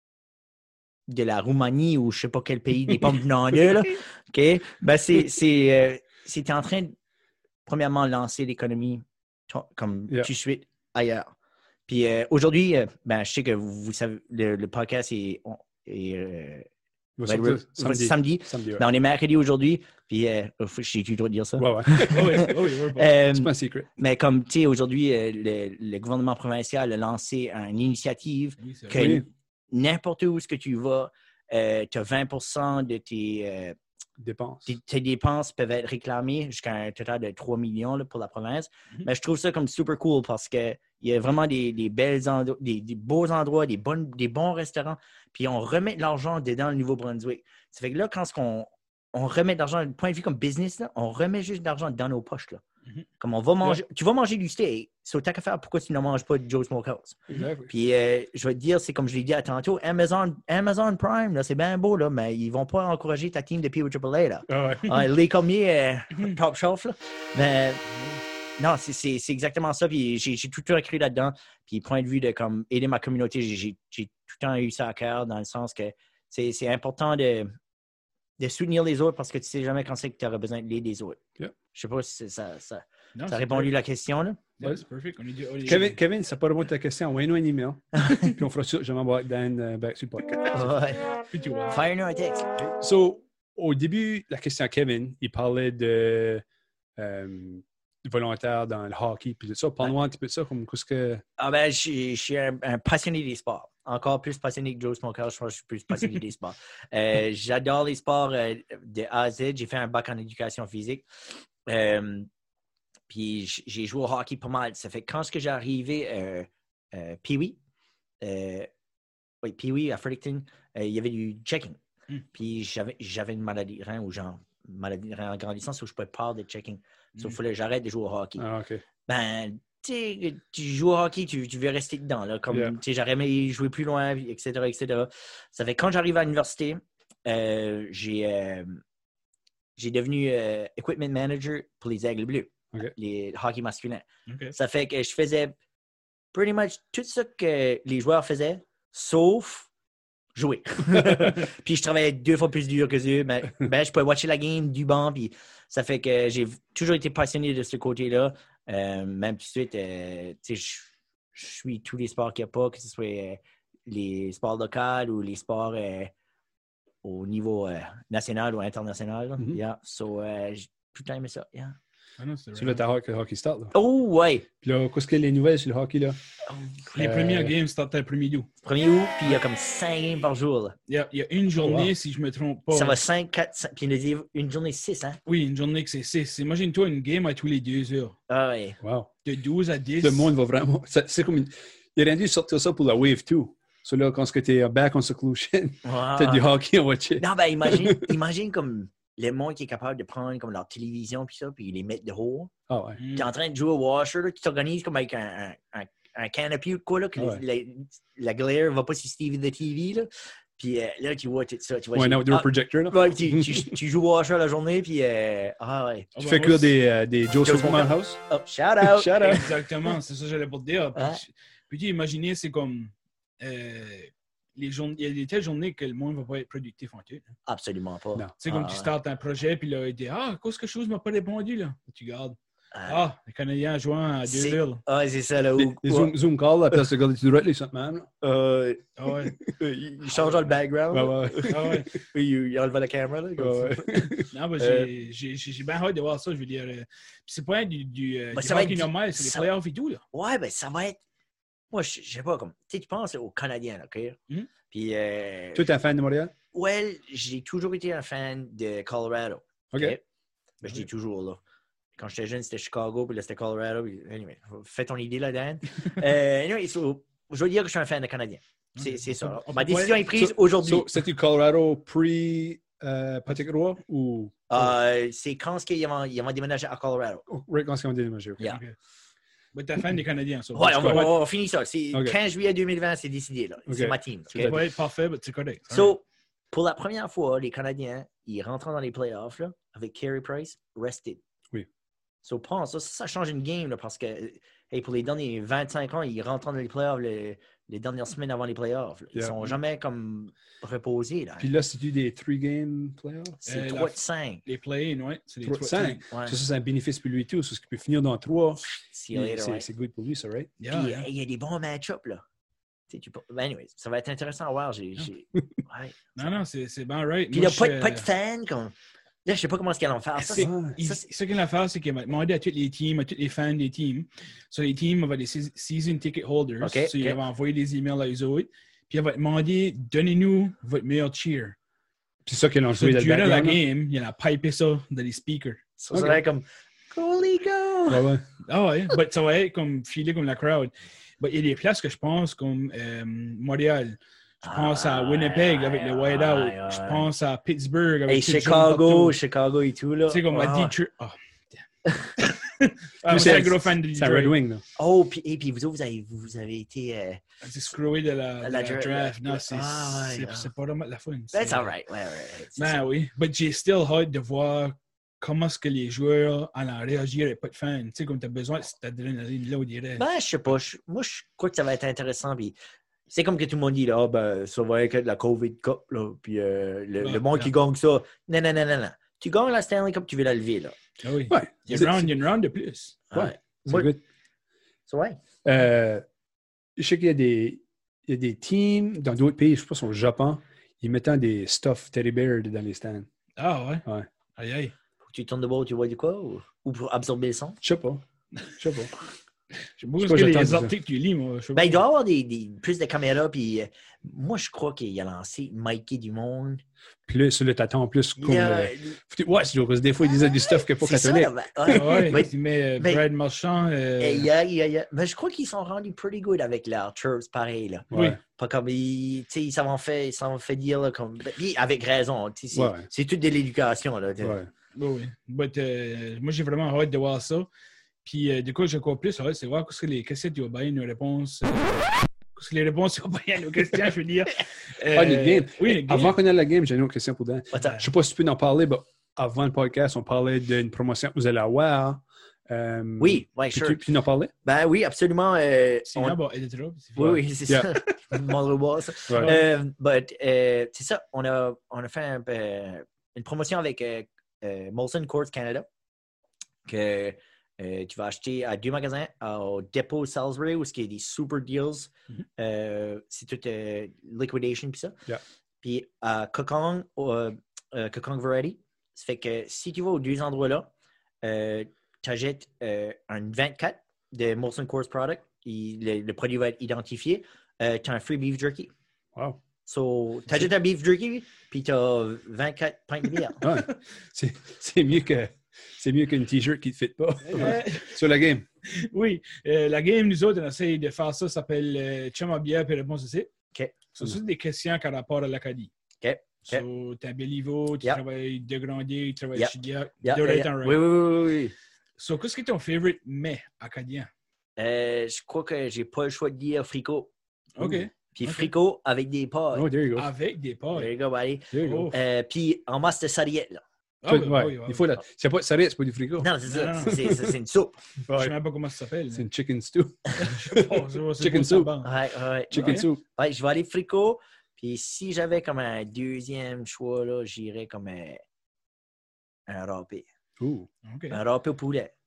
de la Roumanie ou je ne sais pas quel pays, des pommes venant d'eux, là. Okay? Ben, c'est, c'est, euh, c'est en train de, premièrement, lancer l'économie comme Yeah. tout de suite ailleurs. Puis euh, aujourd'hui, euh, ben, je sais que vous, vous savez, le, le podcast est, on, est euh, Va va être sortir re- samedi. samedi. Samedi, ouais. Ben, on est mercredi aujourd'hui. Puis, euh, j'ai tu dois dire ça. Ouais, ouais. Oh oui, oh oui, oui, bon. Euh, C'est pas un secret. mais comme tu sais, aujourd'hui, euh, le, le gouvernement provincial a lancé une initiative Oui, c'est que vrai. Oui. n'importe où ce que tu vas, euh, tu as vingt pour cent de tes, euh, Dépenses. tes, tes dépenses peuvent être réclamées jusqu'à un total de trois millions là, pour la province. Mhm. Mais je trouve ça comme super cool parce qu'il y a vraiment des, des, belles endroits, des, des beaux endroits, des, bonnes, des bons restaurants. Puis on remet de l'argent dedans le Nouveau-Brunswick. Ça fait que là, quand on, on remet de l'argent, du point de vue comme business, là, on remet juste de l'argent dans nos poches. Là. Mhm. Comme on va manger, tu vas manger du steak, c'est autant qu'à faire, pourquoi tu ne manges pas de Joe's Smokehouse? Exactly. Puis euh, je vais te dire, c'est comme je l'ai dit à tantôt, Amazon, Amazon Prime, là, c'est bien beau, là, mais ils ne vont pas encourager ta team de P O A A. Là. Ah ouais. Ah, les commis, euh, top shelf, là. Mais non, c'est, c'est, c'est exactement ça. Puis j'ai, j'ai tout le temps cru là-dedans. Puis point de vue de comme aider ma communauté, j'ai, j'ai, j'ai tout le temps eu ça à cœur dans le sens que c'est, c'est important de, de soutenir les autres parce que tu ne sais jamais quand c'est que tu auras besoin de l'aider des autres. Yeah. Je sais pas si ça, ça, Non, ça a c'est répondu perfect. à la question. Là. Yeah, c'est perfect. On est dit- on est- Kevin, Kevin, ça n'a pas répondu à ta question. Envoie-nous un email. Puis on fera ça. Je vais m'envoyer Dan euh, back sur le podcast. Ouais. Puis tu vois. Fire nous un texte. So, au début, la question à Kevin, il parlait de euh, volontaire dans le hockey. Puis tout ça. Parle-moi un petit peu de ça. Comme, qu'est-ce que... Ah ben, je suis- je suis un, un passionné des sports. Encore plus passionné que Joe Smokehouse, je pense que je suis plus passionné des sports. Euh, j'adore les sports euh, de A à Z. J'ai fait un bac en éducation physique. Euh, puis j- j'ai joué au hockey pas mal. Ça fait que quand est-ce que j'ai arrivé euh, euh, Pee-wee, euh, oui, Pee-wee à Fredericton, euh, il y avait du checking. Mm. Puis j'avais, j'avais une maladie de rein ou genre maladie de rein en grandissant, où je pouvais pas de checking. Sauf Mm. qu'il fallait que j'arrête de jouer au hockey. Ah, OK. Ben, tu sais, tu joues au hockey, tu, tu veux rester dedans. Là, comme, Yeah. tu sais, j'aurais aimé jouer plus loin, et cetera, et cetera. Ça fait que quand j'arrive à l'université, euh, j'ai, euh, j'ai devenu euh, equipment manager pour les Aigles Bleus, OK. les hockey masculins. OK. Ça fait que je faisais pretty much tout ce que les joueurs faisaient, sauf jouer. Puis je travaillais deux fois plus dur que eux. Mais ben, je pouvais watcher la game du banc. Puis ça fait que j'ai toujours été passionné de ce côté-là. Euh, même tout de suite, euh, tu sais, je, je suis tous les sports qu'il n'y a pas, que ce soit euh, les sports locaux ou les sports euh, au niveau euh, national ou international. là. Mhm. Yeah. So, euh, j'ai tout le temps aimé ça. Yeah. Ah non, c'est Tu vrai. là, ta hockey, hockey start. Là. Oh, ouais! Puis là, qu'est-ce que les nouvelles sur le hockey, là? Les Euh, premières games startent le premier août. premier août, puis il y a comme cinq games par jour. là. Il y a, il y a une journée, wow. si je ne me trompe pas. Ça va cinq, quatre, cinq, puis il y en a une journée six, hein? Oui, une journée que c'est six. Imagine-toi une game à tous les deux heures. Ah ouais. Wow. De douze à dix. Le monde va vraiment... ça- C'est comme une... Il a rendu sortir ça pour la Wave deux. So là, quand tu es back on seclusion, Wow. t'as du hockey à watcher. Non, ben imagine, imagine comme le monde qui est capable de prendre comme leur télévision puis ça, puis les mettre de haut. Ah ouais. Mm. Tu es en train de jouer au washer, là, tu t'organises comme avec un, un, un, un canopy ou quoi, là, que Ah les- la, la glare ne va pas sur Stevie the T V. Là, puis euh, là, tu vois tout ça. Tu vois, Ouais, un j'ai- outdoor ah, projector, là. ouais, tu, tu, tu joues au washer la journée, puis euh, ah ouais. Ah Tu ben, fais moi, cuire des, euh, des Joe Joe Superman Smokehouse. House. Oh, shout out! Shout out. Exactement, c'est ça que j'allais pour te dire. Puis, Ouais. puis tu imaginer, c'est comme euh, les journées, il y a des telles journées que le monde ne va pas être productif en tout. Tu Absolument pas. Non. sais, comme Ah, tu ouais. startes un projet, puis là, il dit ah, qu'est-ce que chose m'a pas répondu là? Tu gardes. Ah, les Canadiens jouant à C'est- deux villes. Ah, c'est ça, là. Les, Où, les où- zoom, zoom calls, à la place de regarder tout droit, les sont même. euh, Ah ouais. il change le background. Ouais, là. ouais. Ah ouais. Oui, il, il enlève la caméra. Là, comme Ouais, ça. ouais. Non, mais Euh, j'ai- j'ai j'ai- j'ai bien hâte de voir ça, je veux dire. euh, Puis c'est pas du, du, euh, Ben, du ça va hockey être- normal, c'est les ça- playoffs et tout, là. Ouais, ben ça va être. Moi, je je sais pas, comme. Tu sais, tu penses aux Canadiens, là, OK? Mhm. Puis, euh, Toi, t'es un fan de Montréal? well, j'ai toujours été un fan de Colorado. OK. Ben, je dis toujours, là. Quand j'étais jeune, c'était Chicago, puis là, c'était Colorado. Puis, anyway, fais ton idée, là, Dan. euh, anyway, so, je veux dire que je suis un fan de Canadien. C'est c'est ça. On peut- Ma on peut décision pas- est prise So- aujourd'hui. so, c'était Colorado pre euh, Patrick Roy ou Euh, c'est quand est-ce qu'ils vont, ils vont déménager à Colorado. oh, right quand on déménagé? Yeah. Ok. Mais t'es fan des Canadiens, ça. Ouais, on, va- Ouais. on, on finit ça. C'est Ok. quinze juillet deux mille vingt, c'est décidé, là. C'est Ok. ma team. Ça OK? va être parfait, mais c'est correct. So, pour la première fois, les Canadiens, ils rentrent dans les playoffs là, avec Carey Price rested. Oui. So, pense, ça, ça change une game là, parce que hey, pour les derniers vingt-cinq ans, ils rentrent dans les playoffs les, les dernières semaines avant les playoffs. là. Ils Yeah. sont jamais comme reposés. Là. Puis là, c'est-tu des three-game playoffs? C'est Euh, trois la- de cinq. Les play-in, ouais. C'est les trois de trois cinq. Ouais. Ça, ça, c'est un bénéfice pour lui et tout. Parce qu'il peut finir dans trois. See you later, C'est ouais. c'est good pour lui, ça, right? Yeah, Puis, yeah. hey, il y a des bons match-ups. Là. Tu sais, tu peux- ben, anyways, ça va être intéressant à voir. J'ai, j'ai- ouais. Non, non, c'est c'est bien right. Puis Moi, là, pas, je- de- pas de fans. Comme... Là, je sais pas comment est-ce qu'ils vont faire. Ça, C'est- c'est- Ouais. il- ça, c'est- ce qu'il a fait, c'est qu'il va demander à tous les teams, à tous les fans des teams. Sur les teams, il va des se- season ticket holders. Ok, So, il ok. va envoyer des emails à eux autres. Puis il va demander, donnez-nous votre meilleur cheer. Puis ça qu'ils ont So, joué dans le durant la background, là. game, il a pipé ça dans les speakers. ça Ok. serait comme Goalie go! Ouais, ouais. Ah ouais, but ça va être comme filé comme la crowd. But il y a des places que je pense comme euh, Montréal. Je pense à Ah, Winnipeg avec le ouais, Whiteout. ouais. Je pense à Pittsburgh avec Hey, tout le Chicago, partout. Chicago et tout, là. Tu sais, comme à Ah. Detroit. Oh, damn. Ah, Mais c'est un c'est- gros fan de C'est un Red Detroit. Wing, là. Oh, puis, et puis vous autres, vous avez, vous avez été... euh, C'est screwé de la, de La la dra- draft. la- Non, c'est ah, ouais, c'est- ah. c'est pas vraiment de la fun. That's C'est- all right. Ouais, ouais. c'est Ben ça. oui. But j'ai still hâte de voir comment est-ce que les joueurs allaient réagir avec pas de fans. Tu sais, comme tu as besoin de cette adrénaline-là, on dirait. Ben, je sais pas. je- moi, je crois que ça va être intéressant. Puis c'est comme que tout le monde dit, là, ah, ben, ça va être de la COVID Cup, là. Puis euh, le, Ouais, le monde ouais. qui gagne ça. Non, non, non, non, non. Tu gagnes la Stanley Cup, tu veux la lever, là. Ah oui. Ouais. Il y C'est- a une round, il y a une round de plus. Ouais. Ouais. C'est Moi- good. So, ouais. Euh, je sais qu'il y a des, il y a des teams dans d'autres pays, je pense au Japon, ils mettent des stuff teddy bear dans les stands. Ah ouais? Ouais. Aïe aïe. Faut que tu tournes de bord, tu vois du quoi? Ou, ou pour absorber le son? Je sais pas. Je sais pas. Je sais pas ce pas, que les j'attends ça. articles que tu lis, moi. Je sais Ben, pas. il doit y avoir des, des, plus de caméras. Puis euh, moi, je crois qu'il a lancé Mikey du monde. Plus, là, t'attends plus comme. Il y a- euh, ouais, c'est dur, parce que des fois, ils disaient du stuff que pas c'est ça, catholique. là, ben, Ah ouais. ouais, Mais- tu mets euh, mais- Brad Marchand. euh, Et il y a- il y a- il y a- ben, je crois qu'ils sont rendus pretty good avec leurs chirps, pareil. Là. Oui. Ouais. Pas comme ils, tu sais, ça m'en fait, ça m'en fait dire, là, comme, ben, puis avec raison, tu sais, c'est, Ouais. c'est tout de l'éducation. Là, Ouais. Oui, oui. But, euh, moi, j'ai vraiment hâte de voir ça. Puis, euh, du coup, j'ai encore plus hâte, c'est voir ce que les cassettes ont bien nos réponses. Euh, ce que les réponses ont bien nos questions, je veux dire. Ah, le game. Oui, le game. Avant qu'on ait la game, j'ai une autre question pour Dan. Attends, Je sais pas si tu peux en parler, mais avant le podcast, on parlait d'une promotion que vous allez avoir. Euh, oui, ouais, puis sure. tu, tu en parlais? Ben oui, absolument. euh, Sinon, on- bon, editera. c'est Oui, fine. oui, c'est Yeah. ça. Je me demanderai voir ça. Ouais. Euh, but, euh, c'est ça, on a, on a fait un peu, euh, une promotion avec euh, euh, Molson Coors Canada que euh, tu vas acheter à deux magasins, au dépôt Salisbury, où il y a des super deals. Mhm. Euh, c'est tout euh, liquidation puis ça. Yeah. Puis à Kokong, euh, euh, Kokong Variety. Ça fait que si tu vas aux deux endroits-là, euh, tu achètes euh, un vingt-quatre de Molson Coors Product. Il- le, le produit va être identifié. Euh, tu as un free beef jerky. Wow. So, tu achètes un beef jerky, puis tu as vingt-quatre pintes de bière. Ouais. C'est c'est mieux que c'est mieux qu'une t-shirt qui ne te fit pas. Euh, Sur la game. oui, euh, la game, nous autres, on essaie de faire ça, ça s'appelle euh, Chum à bière puis réponse ici. OK. Ça, c'est des questions par rapport à l'Acadie. OK. So, tu as Béliveau, tu Yeah. travailles de Grandier, tu travailles Yeah. chez Chidiac. Yeah, Devrait yeah, être yeah. un right. Oui, oui, oui, oui. oui. So, qu'est-ce qui est ton favorite mets acadien? Euh, je crois que j'ai pas le choix de dire fricot. OK. Puis Ok. fricot avec des pâtes. Oh, there you go. Avec des There pailles. you go, buddy. There you go. Oh. Euh, puis en masse de sarriette, là. Ah, Toi, oui, ouais, oui, oui, il faut la... C'est pas ça c'est pas du frigo. Non, c'est Non, ça. non. C'est, c'est, c'est une soupe. Je sais même pas comment ça s'appelle. C'est une chicken stew. Oh, c'est- c'est Chicken beau, ça soup. bande. Ouais, ouais. Chicken Ouais. soup. Ouais, je vais aller fricot. Puis si j'avais comme un deuxième choix, là, j'irais comme un, un râpé. Ooh. OK. Un râpé au poulet.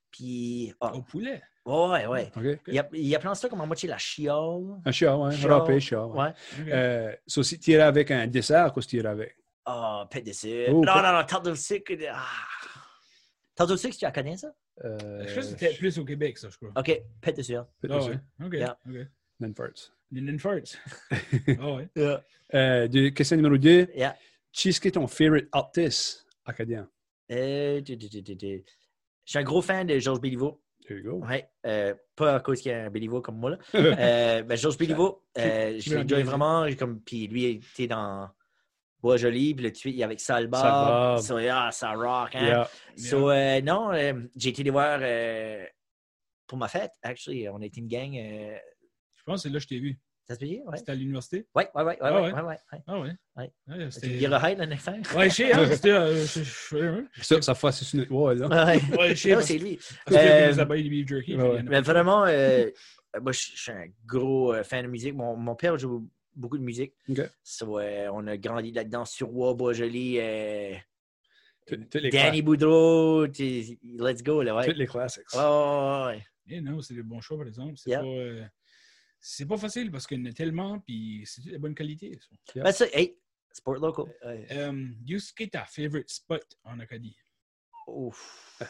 Puis, ah, Au poulet. ouais, ouais. OK. Il, a- il appelle ça comme en moitié la chiole. Un chiard, ouais. Chiard. Râpé, chiard. Ouais. Ouais. OK. Euh, so, si tu irais avec un dessert, qu'est-ce que tu irais avec? Ah, pète de sucre. Oh, non, pète- non, non, tarte au sucre. Ah. Tarte au sucre, tu la connais, ça? Euh, Je pense que c'était plus au Québec, ça, je crois. OK, pète de sucre. Pète de Ah sucre. ouais. OK. Yeah. OK. Then farts. Linden Farts. Ah ouais. Yeah. Euh, de- question numéro deux. Yeah. Qui est ton favorite artiste acadien? Euh, du- du- du- du- du. Je suis un gros fan de Georges Béliveau. There you go. Ouais. Euh, pas à cause qu'il y a un Béliveau comme moi, là. euh, ben, Georges Béliveau, euh, Qui- je qui l'ai m'a enjoy bien vraiment. Comme, puis lui, il était dans Bois-Joli, puis le tweet, il est avec Salbab. Salbab. So, yeah, ça rock, hein? Yeah. So, euh, non, euh, j'ai été les voir euh, pour ma fête, actually. On a été une gang. Euh, Je pense que c'est là que je t'ai vu. ça se peut dire? Ouais. C'était à l'université? Ouais, ouais, ouais, ouais, Ah ouais, ouais? ouais, ouais, ouais. Ah ouais. Ouais. Ouais, Tu me c'était... diras hi le next time? Ouais, je sais, hein? C'était... euh, je- je- ouais, Ça, ça fait sur notre wall, là. Ouais. Ouais, je sais. Non, parce- c'est lui. Parce qu'il Euh, nous a baillé du beef jerky. ouais, puis il y en ouais. a Mais pas. vraiment, euh, moi, je je suis un gros euh, fan de musique. Mon, mon père joue beaucoup de musique. OK. So, euh, on a grandi là-dedans sur Roy, Bois-Joli, euh, Tous tous les, Danny cla- Boudreau, t'sais, let's go, là, ouais. tous les classics. Ouais, ouais, ouais. Eh non, c'est des bons choix, par exemple. C'est Yeah. pas... euh, C'est pas facile parce qu'il y en a tellement, puis c'est de bonne qualité. Ça. Yeah. Ben, ça, hey, sport local. Ouais. Euh, Qu'est-ce qui est ta favorite spot en Acadie? Ouf.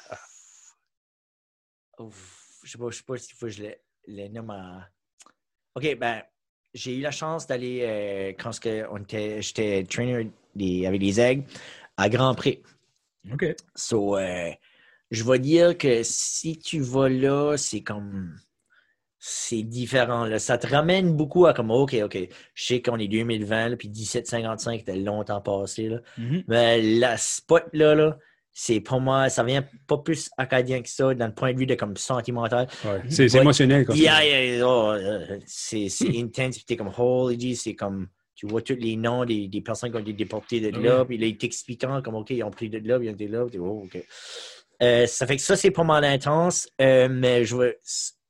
Ouf. Je sais pas, je sais pas s'il faut que je le, le nomme à... OK, ben, j'ai eu la chance d'aller, euh, quand ce que on était, j'étais trainer des, avec les aigles, à Grand Prix. OK. So, euh, je vais dire que si tu vas là, c'est comme... C'est différent. Là. Ça te ramène beaucoup à comme, OK, OK, je sais qu'on est deux mille vingt, là, puis dix-sept cinquante-cinq, c'était longtemps passé. Là. Mhm. Mais la spot, là, là, c'est pour moi, ça vient pas plus acadien que ça, dans le point de vue de comme sentimental. Ouais. C'est c'est Ouais. émotionnel. Quand Yeah, yeah, yeah, oh, euh, c'est c'est intense, puis t'es comme, holy G, c'est comme, tu vois tous les noms des, des personnes qui ont été déportées de là, Ouais. puis là, ils t'expliquant comme, OK, ils ont pris de là, puis ils ont été là, puis oh, OK. Euh, ça fait que ça, c'est pas mal intense, euh, mais je veux...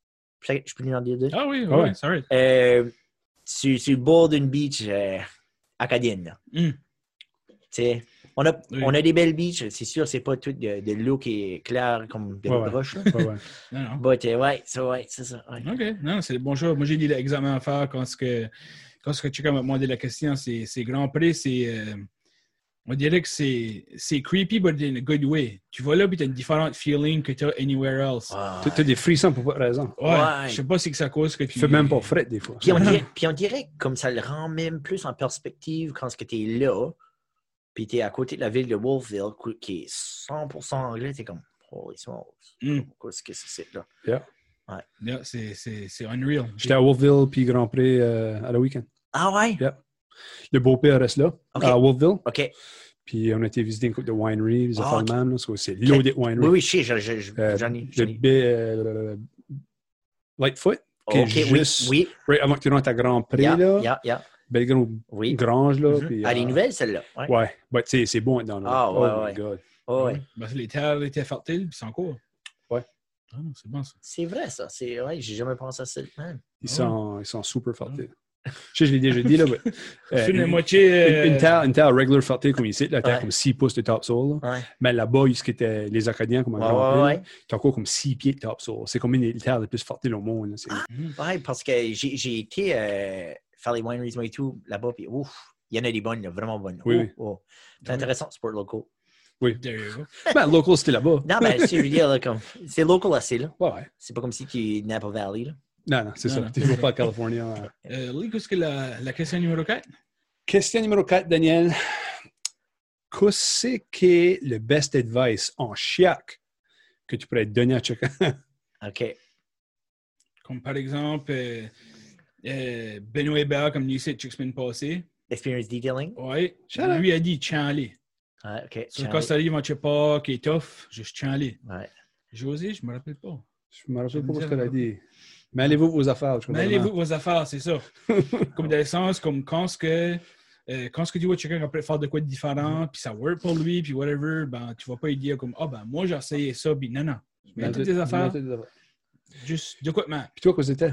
Je peux lui en dire deux? Ah oui, Ah ouais, ouais. sorry. Euh, sur, sur le bord d'une beach euh, acadienne. là. Mm. Tu sais, on a, Oui. on a des belles beaches, c'est sûr, c'est pas tout de, de l'eau qui est claire comme de Ouais, l'eau ouais. de roche. là. Ouais, ouais. Non, non. But, euh, ouais, ça, ouais, c'est ça. ouais. OK. Non, c'est des bons choix. Moi, j'ai dit l'examen à faire quand ce que, quand ce que tu m'a demandé la question, c'est, c'est Grand Prix, c'est... euh, on dirait que c'est, c'est creepy, but in a good way. Tu vas là, puis tu as une différente feeling que tu as anywhere else. Ah. Tu as des frissons pour pas de raison. Ouais. Ouais. Je sais pas si que ça cause que tu... Tu fais même pas fret des fois. Puis on, dirait, puis on dirait que comme ça le rend même plus en perspective quand tu es là, puis tu es à côté de la ville de Wolfville, qui est cent pour cent anglais, tu es comme, holy smokes, Mm. qu'est-ce que c'est là? Yeah, c'est, c'est, c'est unreal. J'étais à Wolfville puis Grand Prix euh, à la week-end. Ah ouais? Yeah. Le beau-père reste là, OK. à Wolfville. OK. Puis on a été visiter une couple de wineries, les Ah, affaires de OK. même. Là, so c'est loaded winery. Oui, oui, je sais, je- je- je- Euh, j'en ai. le j'en ai. B, euh, le- Lightfoot, qui est OK, juste oui, oui. right avant que tu rentres à Grand Prix, Yeah, là. yeah, yeah. Belle gros Oui. grange, là. Mhm. puis, Elle est euh, nouvelle, celle-là. Ouais. Ouais, but tu sais, c'est bon être dans là. Ah, oh ouais, my ouais. God. Oh, ouais. Ben, les terres étaient fertiles, puis c'est en cours. Ouais. Ah non, c'est bon, ça. C'est vrai, ça. C'est, ouais, j'ai jamais pensé à ça. Man. Ils, Ah sont, ils sont super fertiles. Je sais, je l'ai déjà dit, là. but, euh, C'est une une, moitié... euh, une, une terre, une terre regular fertile comme ici, la terre Ouais. comme six pouces de topsoil. Là. Ouais. Mais là-bas, ce qui était les Acadiens, comme un Ouais, Grand Prix, ouais, là, t'as encore comme six pieds de topsoil. C'est comme une des terres les plus fertiles au monde. Là. C'est- Mhm. Ouais, parce que j'ai, j'ai été euh, faire les wineries moi et tout là-bas, puis ouf, il y en a des bonnes, là, vraiment bonnes. Oui, Oh, oui. oh. C'est intéressant, sport local. There you go. Ben, local, c'était là-bas. Non, ben, c'est, je veux dire, là, comme, c'est local assez, là. Ouais, ouais. C'est pas comme si tu es Napa Valley, là. Non, non, c'est Non, ça. non. Tu ne pas à Californie. hein. Euh, Lee, qu'est-ce que la, la question numéro quatre? Question numéro quatre, Daniel. Qu'est-ce qu'est le best advice en chiac que tu pourrais donner à chacun? OK. Comme par exemple, euh, euh, Benoît Hébert, comme il disait la semaine passée. Experience detailing. Ouais. Shut up. Lui a dit Chanley. Ouais, OK. Sur Charlie. quand ça arrive, on ne sait pas, qui est tough, juste Chanley. Ouais. José, je ne me rappelle pas. Je me rappelle pas me ce dit qu'elle a rien. dit. Mais allez-vous vos affaires. je comprends Mais allez-vous vraiment. vos affaires, c'est ça. Comme dans le sens, comme quand ce que, euh, quand ce que tu vois quelqu'un qui peut faire de quoi de différent, puis ça work pour lui, puis whatever, ben, tu ne vas pas lui dire comme, ah ben, moi j'ai essayé ça, puis non, non. Mets Mais toutes tout- tes affaires, mais toutes tes affaires. juste de quoi de Puis toi, quoi c'était?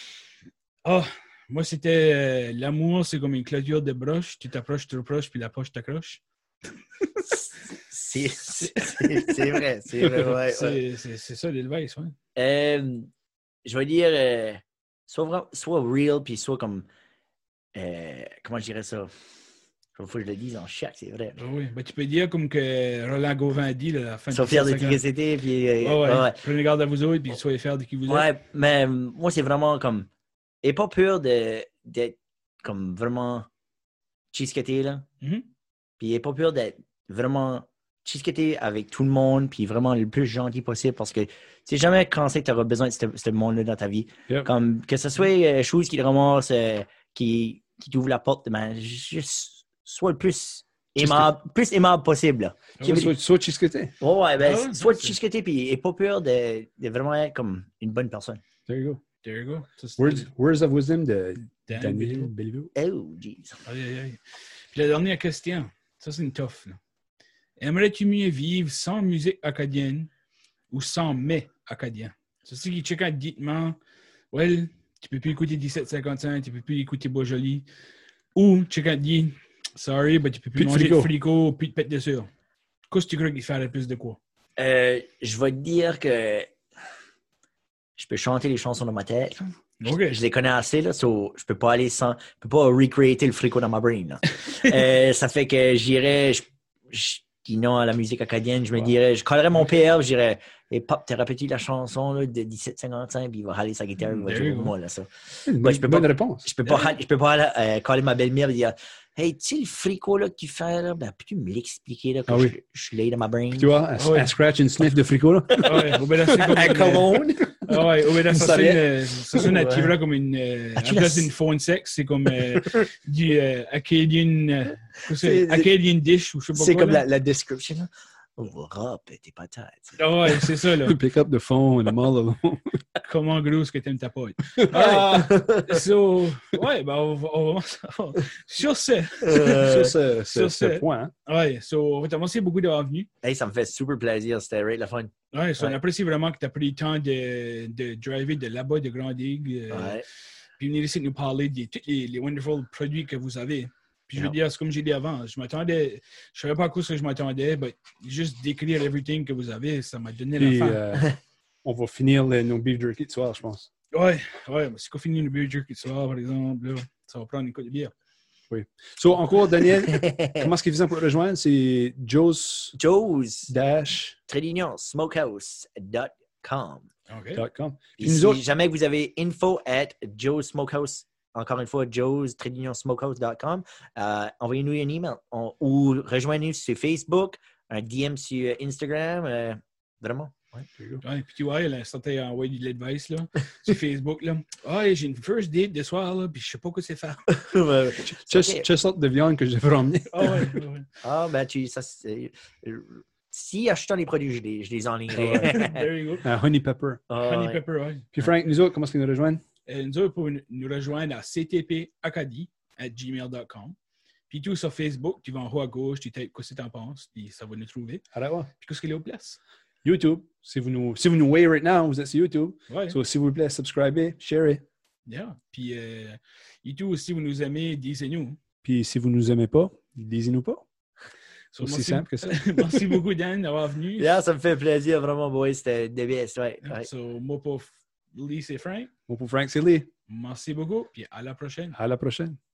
Ah, moi, c'était euh, l'amour, c'est comme une clôture de broche. Tu t'approches, tu te reproches, puis la poche t'accroche. C'est, c'est, c'est, c'est vrai, c'est vrai, ouais, ouais. C'est, c'est, c'est ça l'advice, ouais. Euh, je vais dire, euh, soit, vraiment, soit real, puis soit comme, euh, comment je dirais ça? Il faut que je le dise en chèque, c'est vrai. Ah oui, ben, tu peux dire comme que Roland Gauvin a dit, là, à la fin Soit fier de qui que c'était, puis... Euh, oh, ouais. ouais. Prenez garde à vous autres, puis soyez fiers de qui vous êtes. Ouais, mais moi, c'est vraiment comme... Et pas peur de, d'être comme vraiment cheesecake, là. Mm-hmm. Puis et pas peur d'être vraiment cheesecake avec tout le monde, puis vraiment le plus gentil possible, parce que tu sais jamais quand c'est que tu auras besoin de ce, ce monde-là dans ta vie. Yep. Comme que ce soit euh, chose qui te ramasse, euh, qui, qui t'ouvre la porte, ben, juste sois le plus aimable, plus aimable possible. Là. Ah ouais, soit, soit cheesecake. Oh, ouais, ben, ah ouais, soit c'est... cheesecake, puis et pas peur de, de vraiment être comme une bonne personne. There you go. There you go. Ça, words, words of wisdom de Dan, Dan Béliveau. Béliveau. Oh, jeez. Aïe, aïe, aïe. Puis la dernière question, ça c'est une tough. Là. Aimerais-tu mieux vivre sans musique acadienne ou sans mets acadiens? C'est ce qui check out ditement. Well, tu peux plus écouter dix-sept cinquante-cinq, tu peux plus écouter Beaujolais. Ou check out dit, sorry, but tu peux plus, plus manger de frico, plus de pète de sueur. Qu'est-ce que tu crois qu'il ferait plus de quoi? Euh, je vais te dire que je peux chanter les chansons dans ma tête. Okay. Je, je les connais assez, là, so je peux pas aller sans, je peux pas recréer le frico dans ma brain. Là. euh, ça fait que j'irais, je, je dis non à la musique acadienne, je me wow. dirais, je collerais mon P R, je dirais, et pop, t'as répété la chanson là, de dix-sept cinquante-cinq, puis il va haler sa guitare, il va jouer pour moi, là, ça. Une bonne, ouais, bonne pas, réponse. Je peux pas, yeah. je peux pas euh, coller ma belle-mère et dire, hey, tu sais, le frico là, que tu fais, là, ben, peux-tu me l'expliquer, là, que ah, je, oui. je suis là dans ma brain? Tu vois, à, oui. à scratch une sniff de frico, là. Ah ouais, au Bélassi, comme un cologne. Ah ouais, au Bélassi, ça sonne à là comme une, euh, à place d'une phone sex, c'est comme euh, du euh, Acadian, euh, c'est, Acadian dish, ou je sais pas c'est quoi. C'est comme la, la description, là. Oh, rap, tes patates. Ah ouais, c'est ça, là. Pick up the phone, I'm all alone. Comment gros ce que t'aimes ta pote. Ah, so, ouais, ben, on va, on va, on va sur ce. Euh, sur ce, sur ce, ce point. Hein. Ouais, so, on va te remercier beaucoup d'avoir venu. Hey, ça me fait super plaisir, c'était right, la fun. Ouais, so, ouais. on apprécie vraiment que tu as pris le temps de, de driver de là-bas, de Grand-Digue. Euh, ouais. Puis venir ici nous parler de tous les, les wonderful produits que vous avez. Puis je veux dire, c'est comme j'ai dit avant, je m'attendais, je savais pas à quoi ce que je m'attendais, mais juste d'écrire everything que vous avez, ça m'a donné la fin. Euh, on va finir le, nos beef jerky de soir, je pense. Ouais, ouais, mais si on finit le beef jerky de soir, par exemple, là, ça va prendre une coupe de bière. Oui. So, encore, Daniel, comment est-ce qu'il faisait pour te rejoindre? C'est Joe's... Joe's... Dash... Trédignon Smokehouse dot com. Okay. .com. Puis si autres... jamais vous avez info at Joe's Smokehouse, encore une fois, joe's trédignon smokehouse dot com. Euh, envoyez-nous un email on, ou rejoignez-nous sur Facebook, un D M sur Instagram. Euh, vraiment. Ouais, ouais, puis tu vois, elle a sorti envoyé de l'advice là, sur Facebook. Là. Ah, oh, j'ai une first date de soir, là, puis je sais pas quoi c'est faire. Quelle sorte de viande que j'ai fait ramener? Ah, ouais, ouais. Ah, ben, tu ça, c'est... Si achetant les produits, je les, je les enlignerai. There you go. Uh, honey pepper. Oh, honey ouais. pepper, oui. Puis Frank, nous autres, comment est-ce qu'ils nous rejoignent? Euh, nous autres, pour nous rejoindre à c t p acadie arobase gmail dot com. Puis tout sur Facebook, tu vas en haut à gauche, tu tapes qu'est-ce que tu en penses, puis ça va nous trouver. Alors, puis qu'est-ce qu'il est aux places? YouTube. Si vous nous, si vous nous voyez right now, vous êtes sur YouTube. Ouais. So, s'il vous plaît, subscribez, share. Yeah. Puis, euh, et tout, si vous nous aimez, disez-nous. Puis, si vous nous aimez pas, disez-nous pas. C'est aussi merci, simple que ça. Merci beaucoup, Dan, d'avoir venu. Yeah, ça me fait plaisir, vraiment, boy. C'était des best, ouais. yeah. ouais. So, moi pour Lee, c'est Frank. Moi pour Frank, c'est Lee. Merci beaucoup, puis à la prochaine. À la prochaine.